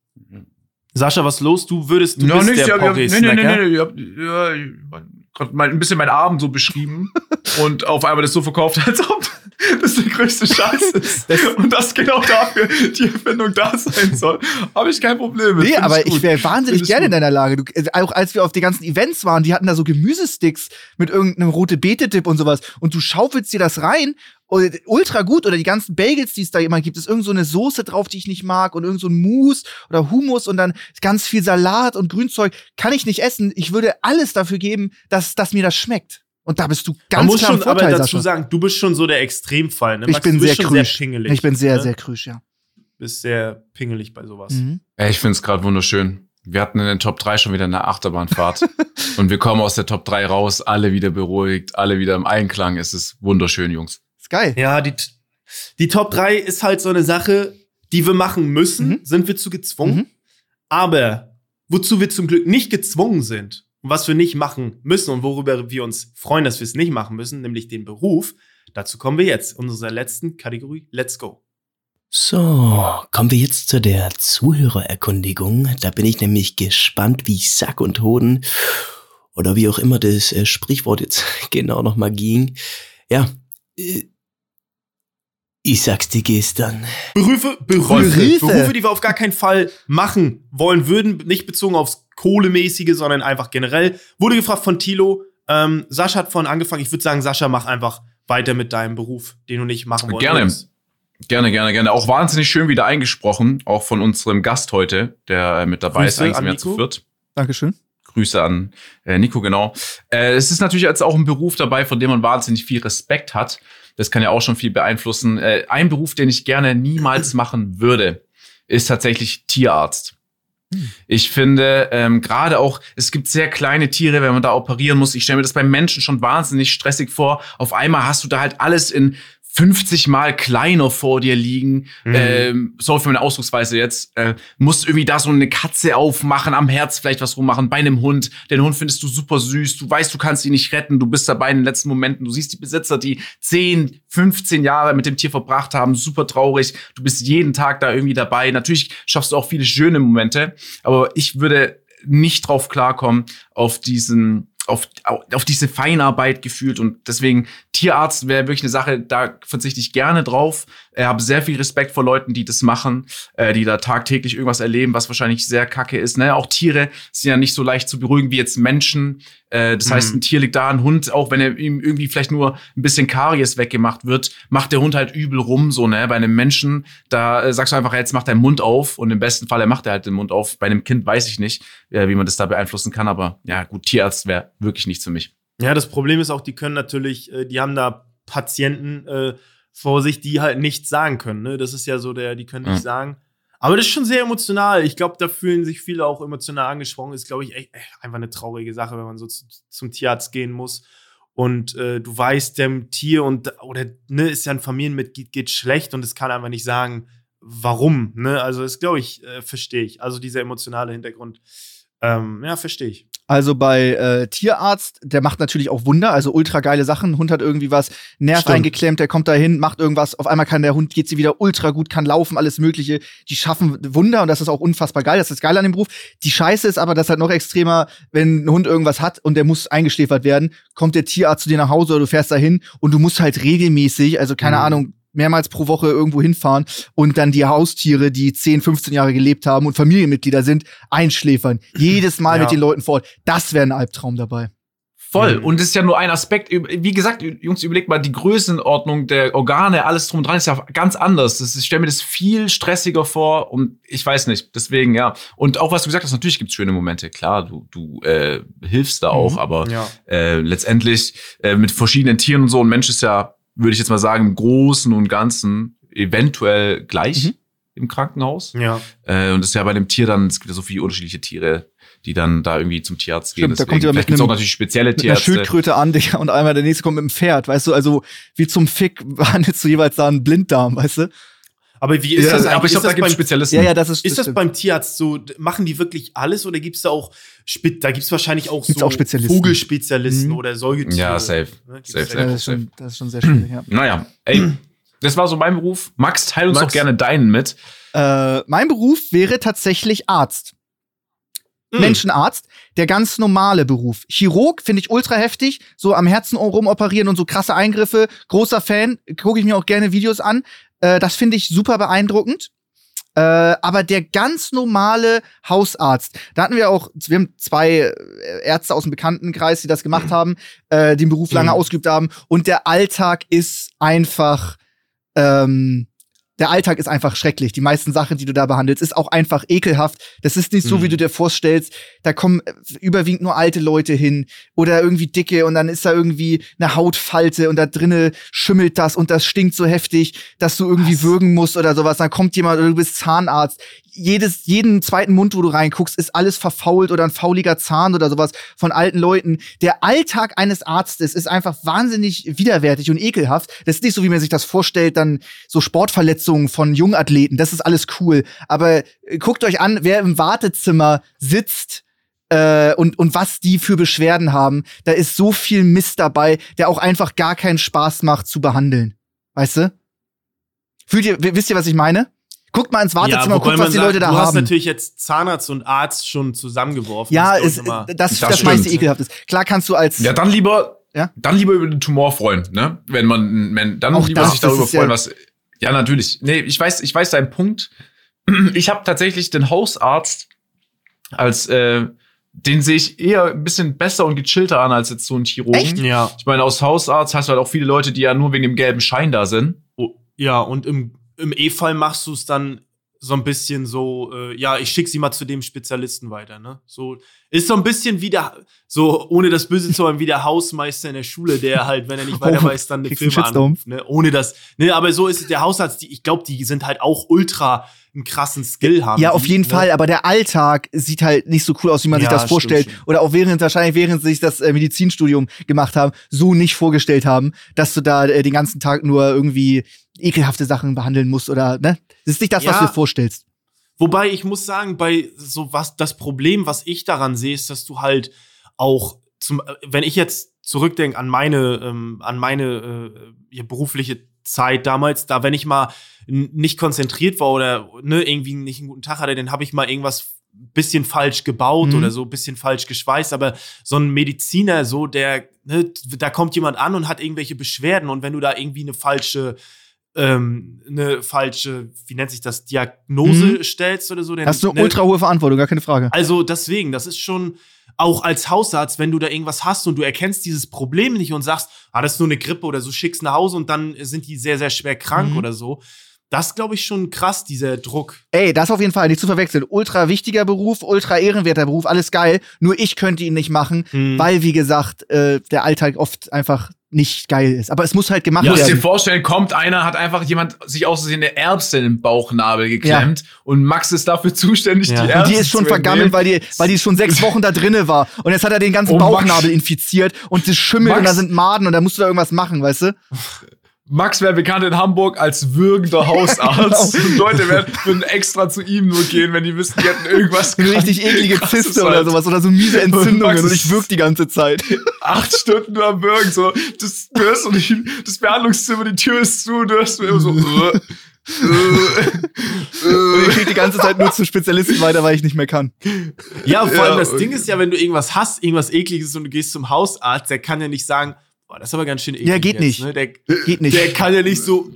Sascha, was los? Du würdest, du Ja, bist nicht, der ja, ja, nee, nee, nee, Porree-Snacker. nee, nee, ja, ja, ich hab grad mal ein bisschen meinen Abend so beschrieben und auf einmal das so verkauft, als ob das der größte Scheiß ist. Und das genau dafür die Erfindung da sein soll. Habe ich kein Problem mit. Nee, Find aber gut. ich wäre wahnsinnig Find ich gerne in gut. deiner Lage. Du, äh, auch als wir auf die ganzen Events waren, die hatten da so Gemüsesticks mit irgendeinem rote Beete-Dip und sowas. Und du schaufelst dir das rein. Und ultra gut. Oder die ganzen Bagels, die es da immer gibt. Ist irgend so eine Soße drauf, die ich nicht mag. Und irgend so ein Mousse oder Hummus und dann ganz viel Salat und Grünzeug. Kann ich nicht essen. Ich würde alles dafür geben, dass, dass mir das schmeckt. Und da bist du Man ganz muss klar im schon aber Vorteil, dazu Sascha. sagen, du bist schon so der Extremfall. Ne? Ich Max, bin du bist sehr schon krüsch. sehr pingelig. Ich bin sehr, ne? sehr krüsch, ja. Bist sehr pingelig bei sowas. Mhm. Ja, ich finde es gerade wunderschön. Wir hatten in den Top drei schon wieder eine Achterbahnfahrt. Und wir kommen aus der Top drei raus, alle wieder beruhigt, alle wieder im Einklang. Es ist wunderschön, Jungs. Ist geil. Ja, die, die Top drei ist halt so eine Sache, die wir machen müssen, Mhm. sind wir zu gezwungen. Mhm. Aber wozu wir zum Glück nicht gezwungen sind und was wir nicht machen müssen und worüber wir uns freuen, dass wir es nicht machen müssen, nämlich den Beruf, dazu kommen wir jetzt in unserer letzten Kategorie. Let's go. So, kommen wir jetzt zu der Zuhörererkundigung. Da bin ich nämlich gespannt wie Sack und Hoden oder wie auch immer das äh, Sprichwort jetzt genau nochmal ging. Ja, äh, ich sag's dir gestern. Berufe, Berufe, Berufe. Berufe, die wir auf gar keinen Fall machen wollen würden, nicht bezogen aufs Kohlemäßige, sondern einfach generell. Wurde gefragt von Thilo. Ähm, Sascha hat vorhin angefangen. Ich würde sagen, Sascha, mach einfach weiter mit deinem Beruf, den du nicht machen wollen Gerne. würdest. Gerne, gerne, gerne. Auch wahnsinnig schön wieder eingesprochen, auch von unserem Gast heute, der äh, mit dabei ist. Grüße Eigentlich an sind wir Nico. zu viert. Dankeschön. Grüße an äh, Nico, genau. Äh, es ist natürlich jetzt auch ein Beruf dabei, von dem man wahnsinnig viel Respekt hat. Das kann ja auch schon viel beeinflussen. Äh, ein Beruf, den ich gerne niemals machen würde, ist tatsächlich Tierarzt. Ich finde, ähm, gerade auch, es gibt sehr kleine Tiere, wenn man da operieren muss. Ich stelle mir das bei Menschen schon wahnsinnig stressig vor. Auf einmal hast du da halt alles in fünfzig Mal kleiner vor dir liegen. Mhm. Ähm, sorry für meine Ausdrucksweise jetzt. Äh, musst irgendwie da so eine Katze aufmachen, am Herz vielleicht was rummachen, bei einem Hund. Den Hund findest du super süß. Du weißt, du kannst ihn nicht retten. Du bist dabei in den letzten Momenten. Du siehst die Besitzer, die zehn, fünfzehn Jahre mit dem Tier verbracht haben. Super traurig. Du bist jeden Tag da irgendwie dabei. Natürlich schaffst du auch viele schöne Momente. Aber ich würde nicht drauf klarkommen, auf diesen Auf, auf diese Feinarbeit gefühlt und deswegen Tierarzt wäre wirklich eine Sache, da verzichte ich gerne drauf. Ich habe sehr viel Respekt vor Leuten, die das machen, äh, die da tagtäglich irgendwas erleben, was wahrscheinlich sehr kacke ist. Ne? Auch Tiere sind ja nicht so leicht zu beruhigen wie jetzt Menschen. Äh, das mhm. heißt, ein Tier liegt da, ein Hund, auch wenn er ihm irgendwie vielleicht nur ein bisschen Karies weggemacht wird, macht der Hund halt übel rum. So, ne? Bei einem Menschen, da äh, sagst du einfach, jetzt macht deinen Mund auf und im besten Fall, er macht er halt den Mund auf. Bei einem Kind weiß ich nicht, äh, wie man das da beeinflussen kann, aber ja, gut, Tierarzt wäre wirklich nichts für mich. Ja, das Problem ist auch, die können natürlich, äh, die haben da Patienten äh, vor sich, die halt nichts sagen können. Ne? Das ist ja so der, die können nicht mhm. sagen. Aber das ist schon sehr emotional. Ich glaube, da fühlen sich viele auch emotional angesprochen. Ist, glaube ich, echt, echt einfach eine traurige Sache, wenn man so zu, zum Tierarzt gehen muss. Und äh, du weißt, dem Tier und oder ne, ist ja ein Familienmitglied, geht schlecht und es kann einfach nicht sagen, warum. Ne? Also, das glaube ich, äh, verstehe ich. Also, dieser emotionale Hintergrund, ähm, ja, verstehe ich. Also bei äh, Tierarzt, der macht natürlich auch Wunder, also ultra geile Sachen. Hund hat irgendwie was, Nerv Stimmt. eingeklemmt, der kommt da hin, macht irgendwas, auf einmal kann der Hund, geht sie wieder ultra gut, kann laufen, alles mögliche. Die schaffen Wunder und das ist auch unfassbar geil, das ist geil an dem Beruf. Die Scheiße ist aber, das ist halt noch extremer, wenn ein Hund irgendwas hat und der muss eingeschläfert werden, kommt der Tierarzt zu dir nach Hause oder du fährst da hin und du musst halt regelmäßig, also keine mhm. Ahnung, mehrmals pro Woche irgendwo hinfahren und dann die Haustiere, die zehn, fünfzehn Jahre gelebt haben und Familienmitglieder sind, einschläfern. Jedes Mal ja. mit den Leuten vor Ort. Das wäre ein Albtraum dabei. Voll. Mhm. Und das ist ja nur ein Aspekt. Wie gesagt, Jungs, überlegt mal, die Größenordnung der Organe, alles drum und dran ist ja ganz anders. Das ist, ich stelle mir das viel stressiger vor und ich weiß nicht. Deswegen, ja. Und auch, was du gesagt hast, natürlich gibt's schöne Momente. Klar, du, du äh, hilfst da auch, mhm. aber ja. äh, letztendlich äh, mit verschiedenen Tieren und so. Ein Mensch ist ja, würde ich jetzt mal sagen, im Großen und Ganzen eventuell gleich mhm. im Krankenhaus. Ja. Äh, und das ist ja bei dem Tier dann, es gibt ja so viele unterschiedliche Tiere, die dann da irgendwie zum Tierarzt gehen. Stimmt, da kommt jemand mit einem, auch natürlich spezielle mit einer Schildkröte an, Digga, und einmal der nächste kommt mit dem Pferd, weißt du? Also wie zum Fick behandelst du jeweils da einen Blinddarm, weißt du? Aber wie ist ja, das eigentlich? Aber ich glaube, da gibt es Spezialisten. Ja, ja, das ist, ist das das beim Tierarzt so, machen die wirklich alles oder gibt es da auch, da gibt es wahrscheinlich auch gibt's so auch Spezialisten. Vogelspezialisten mhm. oder Säugetiere? Ja, safe. Ne? safe, safe, ja, das, ist schon, das ist schon sehr schwierig, ja. Naja, ey, das war so mein Beruf. Max, teil uns Max. doch gerne deinen mit. Äh, mein Beruf wäre tatsächlich Arzt. Mhm. Menschenarzt, der ganz normale Beruf. Chirurg finde ich ultra heftig, so am Herzen rumoperieren und so krasse Eingriffe. Großer Fan, gucke ich mir auch gerne Videos an. Äh, das finde ich super beeindruckend. Äh, aber der ganz normale Hausarzt, da hatten wir auch, wir haben zwei Ärzte aus dem Bekanntenkreis, die das gemacht haben, äh, den Beruf lange mhm. ausgeübt haben. Und der Alltag ist einfach, ähm, der Alltag ist einfach schrecklich. Die meisten Sachen, die du da behandelst, ist auch einfach ekelhaft. Das ist nicht so, mhm. wie du dir vorstellst. Da kommen überwiegend nur alte Leute hin oder irgendwie dicke und dann ist da irgendwie eine Hautfalte und da drinne schimmelt das und das stinkt so heftig, dass du irgendwie Was? würgen musst oder sowas. Dann kommt jemand oder du bist Zahnarzt. Jedes, jeden zweiten Mund, wo du reinguckst, ist alles verfault oder ein fauliger Zahn oder sowas von alten Leuten. Der Alltag eines Arztes ist einfach wahnsinnig widerwärtig und ekelhaft. Das ist nicht so, wie man sich das vorstellt, dann so Sportverletzungen von Jungathleten. Das ist alles cool. Aber äh, guckt euch an, wer im Wartezimmer sitzt äh, und, und was die für Beschwerden haben. Da ist so viel Mist dabei, der auch einfach gar keinen Spaß macht zu behandeln. Weißt du? Fühlt ihr, wisst ihr, was ich meine? Guckt mal ins Wartezimmer ja, und guckt, was die sagt, Leute da haben. Du hast natürlich jetzt Zahnarzt und Arzt schon zusammengeworfen. Ja, das, ist, das, das, das meiste ekelhaft ist. Klar kannst du als Ja, dann lieber ja? dann lieber über den Tumor freuen, ne? Wenn man wenn, dann auch lieber das, sich darüber freuen, ja was Ja, natürlich. Nee, ich weiß, ich weiß deinen Punkt. Ich habe tatsächlich den Hausarzt als äh, den sehe ich eher ein bisschen besser und gechillter an als jetzt so ein Chirurgen. Echt? Ja. Ich meine, aus Hausarzt hast du halt auch viele Leute, die ja nur wegen dem gelben Schein da sind. Oh, ja, und im Im E-Fall machst du es dann so ein bisschen so, äh, ja, ich schick sie mal zu dem Spezialisten weiter, ne? So, ist so ein bisschen wie der, so, ohne das Böse zu haben, wie der Hausmeister in der Schule, der halt, wenn er nicht weiter oh, weiß, dann eine Filme anruft, ne? Ohne das, ne? Aber so ist es, der Hausarzt, die, ich glaube, die sind halt auch ultra einen krassen Skill haben. Ja, auf die, jeden ne? Fall, aber der Alltag sieht halt nicht so cool aus, wie man Ja, sich das vorstellt. stimmt, Oder auch während, wahrscheinlich während sie sich das äh, Medizinstudium gemacht haben, so nicht vorgestellt haben, dass du da äh, den ganzen Tag nur irgendwie ekelhafte Sachen behandeln musst oder, ne? Das ist nicht das, was Ja. du dir vorstellst. Wobei ich muss sagen, bei so was, das Problem, was ich daran sehe, ist, dass du halt auch zum, wenn ich jetzt zurückdenke an meine, ähm, an meine äh, berufliche Zeit damals, da wenn ich mal n- nicht konzentriert war oder ne, irgendwie nicht einen guten Tag hatte, dann habe ich mal irgendwas bisschen falsch gebaut Mhm. oder so bisschen falsch geschweißt, aber so ein Mediziner, so der, ne, da kommt jemand an und hat irgendwelche Beschwerden und wenn du da irgendwie eine falsche ähm, eine falsche, wie nennt sich das, Diagnose Mhm. stellst oder so. Denn, Hast du eine ne, ultra hohe Verantwortung, gar keine Frage. Also deswegen, das ist schon auch als Hausarzt, wenn du da irgendwas hast und du erkennst dieses Problem nicht und sagst, ah, das ist nur eine Grippe oder so, schickst nach Hause und dann sind die sehr, sehr schwer krank Mhm. oder so. Das glaube ich schon krass, dieser Druck. Ey, das auf jeden Fall nicht zu verwechseln. Ultra wichtiger Beruf, ultra ehrenwerter Beruf, alles geil. Nur ich könnte ihn nicht machen, Mhm. weil, wie gesagt, äh, der Alltag oft einfach nicht geil ist. Aber es muss halt gemacht Du musst dir werden. vorstellen, kommt einer, hat einfach jemand sich aus Versehen eine Erbse in den Bauchnabel geklemmt und Max ist dafür zuständig, Ja. die Und Erbse die ist schon zu vergammelt, weil entnehmen. die, weil die schon sechs Wochen da drinne war. Und jetzt hat er den ganzen Oh, Max. Bauchnabel infiziert und das schimmelt Max. und da sind Maden und da musst du da irgendwas machen, weißt du? Max wäre bekannt in Hamburg als würgender Hausarzt. Und Leute werden, würden extra zu ihm nur gehen, wenn die wüssten, die hätten irgendwas Eine richtig eklige Krasses Zyste oder halt. sowas oder so miese Entzündungen Max und ist- ich wirk die ganze Zeit. Acht Stunden nur am Würgen, so. Das, du hörst so die, das Behandlungszimmer, die Tür ist zu, du hörst so immer so, äh, äh, Und ich äh. krieg die ganze Zeit nur zu Spezialisten weiter, weil ich nicht mehr kann. Ja, vor allem Ja, das und- Ding ist ja, wenn du irgendwas hast, irgendwas Ekliges und du gehst zum Hausarzt, der kann ja nicht sagen, boah, das ist aber ganz schön eklig. Ja, geht jetzt, nicht. Ne? Der, Geht nicht. der kann ja nicht so,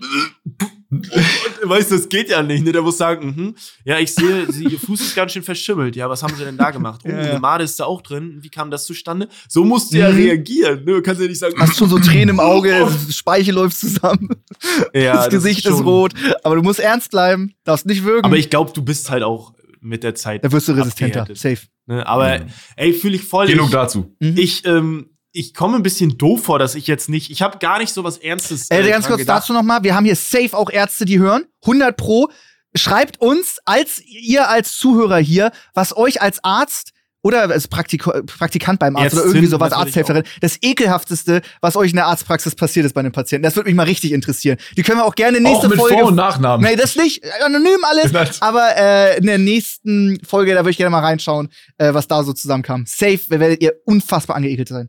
weißt du, das geht ja nicht. Ne? Der muss sagen, mhm, ja, ich sehe, sie, ihr Fuß ist ganz schön verschimmelt. Ja, was haben sie denn da gemacht? Oh, Ja, ja. eine Made ist da auch drin. Wie kam das zustande? So musst du ja Mhm. reagieren. Ne? Du kannst ja nicht sagen, Hast schon so Tränen im Auge, Speichel läuft zusammen, ja, das Gesicht ist, schon- rot. Aber du musst ernst bleiben, darfst nicht würgen. Aber ich glaube, du bist halt auch mit der Zeit. da wirst du resistenter. abgehärtet. Safe. Ne? Aber Mhm. ey, fühle ich voll. Genug ich, dazu. Mhm. Ich, ähm, ich komme ein bisschen doof vor, dass ich jetzt nicht, ich habe gar nicht so was Ernstes. Äh, ganz dran kurz gedacht. dazu nochmal, wir haben hier safe auch Ärzte, die hören. hundert pro. Schreibt uns, als ihr als Zuhörer hier, was euch als Arzt oder als Praktiko Praktikant beim Arzt oder Ärztin irgendwie sowas, natürlich Arzthelferin, das ekelhafteste, was euch in der Arztpraxis passiert ist bei einem Patienten. Das würde mich mal richtig interessieren. Die können wir auch gerne nächste Auch mit Folge. Vor- und Nachnamen. Nee, das nicht. Anonym alles. Das- Aber äh, in der nächsten Folge, da würde ich gerne mal reinschauen, äh, was da so zusammenkam. Safe werdet ihr unfassbar angeekelt sein.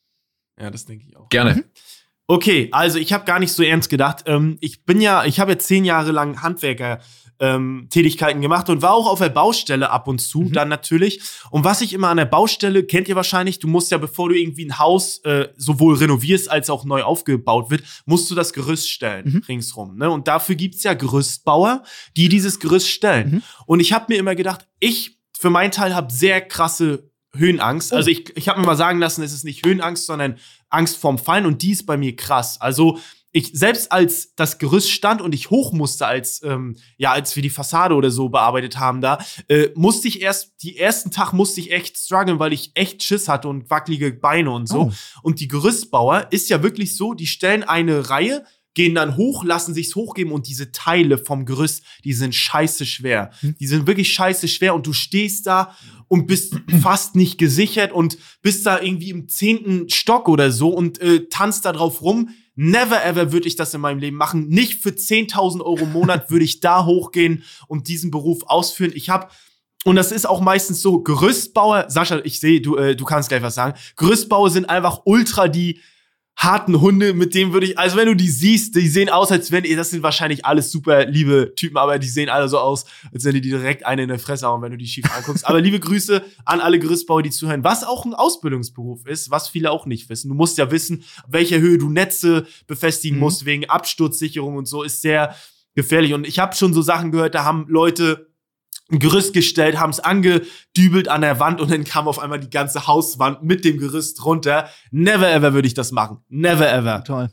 Ja, das denke ich auch. Gerne. Okay, also ich habe gar nicht so ernst gedacht. Ähm, ich bin ja, ich habe ja zehn Jahre lang Handwerker. Ähm, Tätigkeiten gemacht und war auch auf der Baustelle ab und zu, Mhm. dann natürlich. Und was ich immer an der Baustelle, kennt ihr wahrscheinlich, du musst ja, bevor du irgendwie ein Haus äh, sowohl renovierst als auch neu aufgebaut wird, musst du das Gerüst stellen, Mhm. ringsrum. Ne? Und dafür gibt's ja Gerüstbauer, die dieses Gerüst stellen. Mhm. Und ich habe mir immer gedacht, ich für meinen Teil habe sehr krasse Höhenangst. Oh. Also ich, ich habe mir mal sagen lassen, es ist nicht Höhenangst, sondern Angst vorm Fallen und die ist bei mir krass. Also ich, selbst als das Gerüst stand und ich hoch musste, als, ähm, ja, als wir die Fassade oder so bearbeitet haben da, äh, musste ich erst, die ersten Tag musste ich echt strugglen, weil ich echt Schiss hatte und wackelige Beine und so. Oh. Und die Gerüstbauer ist ja wirklich so, die stellen eine Reihe, gehen dann hoch, lassen sich's hochgeben und diese Teile vom Gerüst, die sind scheiße schwer. Hm. Die sind wirklich scheiße schwer und du stehst da und bist fast nicht gesichert und bist da irgendwie im zehnten Stock oder so und äh, tanzt da drauf rum. Never ever würde ich das in meinem Leben machen. Nicht für zehntausend Euro im Monat würde ich da hochgehen und diesen Beruf ausführen. Ich habe und das ist auch meistens so, Gerüstbauer, Sascha, ich sehe, du, äh, du kannst gleich was sagen. Gerüstbauer sind einfach ultra die harten Hunde, mit denen würde ich, also wenn du die siehst, die sehen aus, als wenn, das sind wahrscheinlich alles super liebe Typen, aber die sehen alle so aus, als wenn die dir direkt eine in der Fresse hauen, wenn du die schief anguckst. Aber liebe Grüße an alle Gerüstbauer, die zuhören, was auch ein Ausbildungsberuf ist, was viele auch nicht wissen. Du musst ja wissen, auf welcher Höhe du Netze befestigen Mhm. musst, wegen Absturzsicherung und so, ist sehr gefährlich. Und ich habe schon so Sachen gehört, da haben Leute ein Gerüst gestellt, haben es angedübelt an der Wand und dann kam auf einmal die ganze Hauswand mit dem Gerüst runter. Never ever würde ich das machen. Never ever. Toll.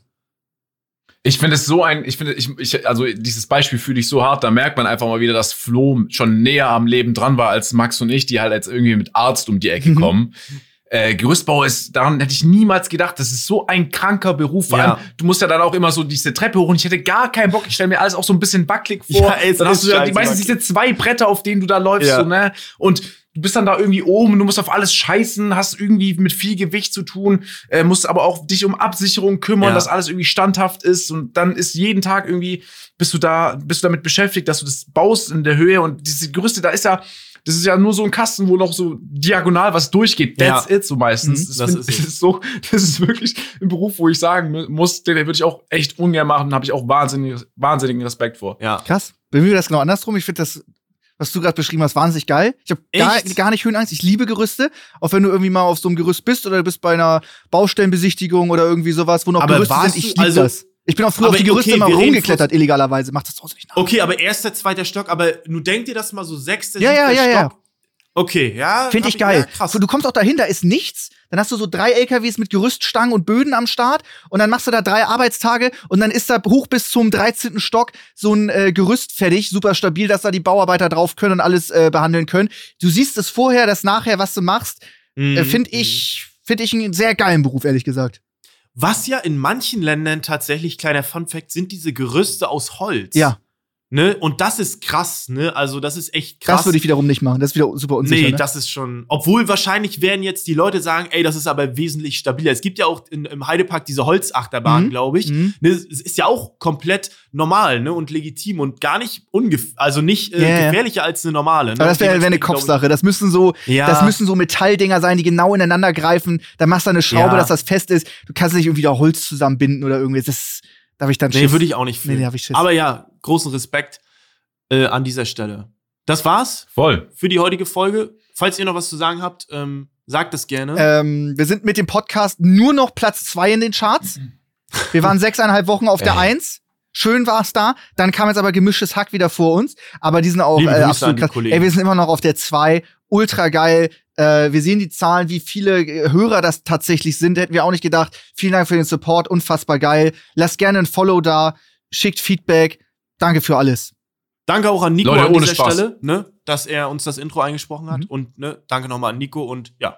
Ich finde es so ein, ich finde, ich, ich, also dieses Beispiel fühle ich so hart, da merkt man einfach mal wieder, dass Flo schon näher am Leben dran war als Max und ich, die halt jetzt irgendwie mit Arzt um die Ecke Mhm. kommen. Äh, Gerüstbau ist, daran hätte ich niemals gedacht, das ist so ein kranker Beruf. Vor Ja. allem, du musst ja dann auch immer so diese Treppe hoch und ich hätte gar keinen Bock, ich stelle mir alles auch so ein bisschen wackelig vor. Ja, es dann hast ist du ja die, scheiße meistens diese zwei Bretter, auf denen du da läufst, Ja. so, ne? Und du bist dann da irgendwie oben, du musst auf alles scheißen, hast irgendwie mit viel Gewicht zu tun, äh, musst aber auch dich um Absicherung kümmern, Ja. dass alles irgendwie standhaft ist und dann ist jeden Tag irgendwie, bist du da, bist du damit beschäftigt, dass du das baust in der Höhe und diese Gerüste, da ist ja, das ist ja nur so ein Kasten, wo noch so diagonal was durchgeht. That's Ja. it, so meistens. Mhm, das das find, ist das es. ist so, das ist wirklich ein Beruf, wo ich sagen mu- muss, den würde ich auch echt ungern machen, da habe ich auch wahnsinnig, wahnsinnigen Respekt vor. Ja. Krass. Bei mir wäre das genau andersrum. Ich finde das, was du gerade beschrieben hast, wahnsinnig geil. Ich habe gar, Echt? gar nicht Höhenangst. Ich liebe Gerüste. Auch wenn du irgendwie mal auf so einem Gerüst bist oder du bist bei einer Baustellenbesichtigung oder irgendwie sowas, wo noch Aber Gerüste warst sind. Ich du, liebe also, das. Ich bin auch früher Aber auf die Gerüste okay, immer wir reden rumgeklettert, illegalerweise. Macht das draußen nicht nach. Okay, aber erster, zweiter Stock, aber nun denkt ihr das mal so sechster, Ja, ja, siebter ja, ja. Stock? Okay, ja. Finde hab ich geil. Ja, krass. Du kommst auch dahin, da ist nichts. Dann hast du so drei L K Ws mit Gerüststangen und Böden am Start. Und dann machst du da drei Arbeitstage. Und dann ist da hoch bis zum dreizehnten Stock so ein äh, Gerüst fertig. Super stabil, dass da die Bauarbeiter drauf können und alles äh, behandeln können. Du siehst es vorher, das nachher, was du machst. Mhm. Äh, Finde ich, find ich einen sehr geilen Beruf, ehrlich gesagt. Was ja in manchen Ländern tatsächlich, kleiner Funfact, sind diese Gerüste aus Holz. Ja. Ne? Und das ist krass, ne? Also, das ist echt krass. Das würde ich wiederum nicht machen. Das ist wieder super unsicher. Nee, ne? das ist schon. Obwohl wahrscheinlich werden jetzt die Leute sagen, ey, das ist aber wesentlich stabiler. Es gibt ja auch in, im Heidepark diese Holzachterbahn, Mhm. glaube ich. Mhm. Ne, es ist ja auch komplett normal, ne? Und legitim und gar nicht ungef also nicht äh, Ja, ja. gefährlicher als eine normale. Ne? Aber das wäre wär eine Dementsprechend, glaub Kopfsache. Das müssen so, ich- Ja. das müssen so Metalldinger sein, die genau ineinander greifen. Dann machst du eine Schraube, Ja. dass das fest ist. Du kannst nicht irgendwie da Holz zusammenbinden oder irgendwie. Das darf ich dann Nee, Schiss. würde ich auch nicht fühlen. Nee, da hab ich Schiss. Aber ja, großen Respekt äh, an dieser Stelle. Das war's Voll. für die heutige Folge. Falls ihr noch was zu sagen habt, ähm, sagt es gerne. Ähm, wir sind mit dem Podcast nur noch Platz zwei in den Charts. Wir waren sechseinhalb Wochen auf der Ey. Eins. Schön war's da. Dann kam jetzt aber gemischtes Hack wieder vor uns. Aber die sind auch Liebe äh, Grüße absolut an die krass. Kollegen. Ey, wir sind immer noch auf der zwei. Ultra geil. Äh, wir sehen die Zahlen, wie viele äh, Hörer das tatsächlich sind. Hätten wir auch nicht gedacht. Vielen Dank für den Support. Unfassbar geil. Lasst gerne ein Follow da. Schickt Feedback. Danke für alles. Danke auch an Nico Leute, an ohne dieser Spaß. Stelle, ne, dass er uns das Intro eingesprochen hat. Mhm. Und ne, danke nochmal an Nico und ja.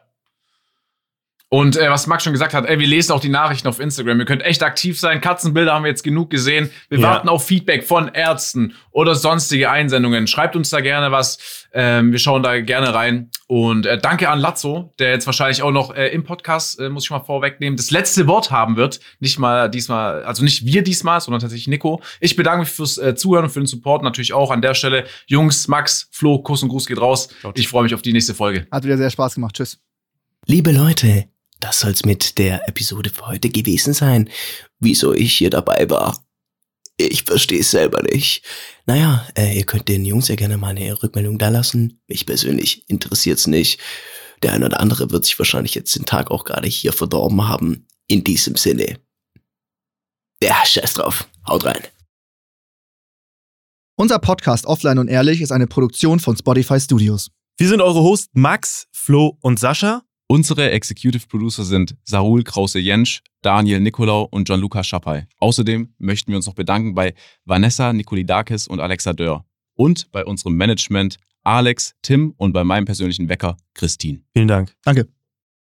Und äh, was Max schon gesagt hat, ey, wir lesen auch die Nachrichten auf Instagram. Ihr könnt echt aktiv sein. Katzenbilder haben wir jetzt genug gesehen. Wir Ja. warten auf Feedback von Ärzten oder sonstige Einsendungen. Schreibt uns da gerne was. Ähm, wir schauen da gerne rein. Und äh, danke an Lazzo, der jetzt wahrscheinlich auch noch äh, im Podcast, äh, muss ich mal vorwegnehmen, das letzte Wort haben wird. Nicht mal diesmal, also nicht wir diesmal, sondern tatsächlich Nico. Ich bedanke mich fürs äh, Zuhören und für den Support natürlich auch an der Stelle. Jungs, Max, Flo, Kuss und Gruß geht raus. Ich freue mich auf die nächste Folge. Hat wieder sehr Spaß gemacht. Tschüss. Liebe Leute, das soll's mit der Episode für heute gewesen sein. Wieso ich hier dabei war? Ich verstehe es selber nicht. Naja, äh, ihr könnt den Jungs ja gerne mal eine Rückmeldung da lassen. Mich persönlich interessiert's nicht. Der eine oder andere wird sich wahrscheinlich jetzt den Tag auch gerade hier verdorben haben. In diesem Sinne. Ja, scheiß drauf. Haut rein. Unser Podcast Offline und Ehrlich ist eine Produktion von Spotify Studios. Wir sind eure Hosts Max, Flo und Sascha. Unsere Executive Producer sind Sarul Krause-Jentsch, Daniel Nicolau und Gianluca Schappay. Außerdem möchten wir uns noch bedanken bei Vanessa Nikolidakis und Alexa Dörr. Und bei unserem Management Alex, Tim und bei meinem persönlichen Wecker Christine. Vielen Dank. Danke.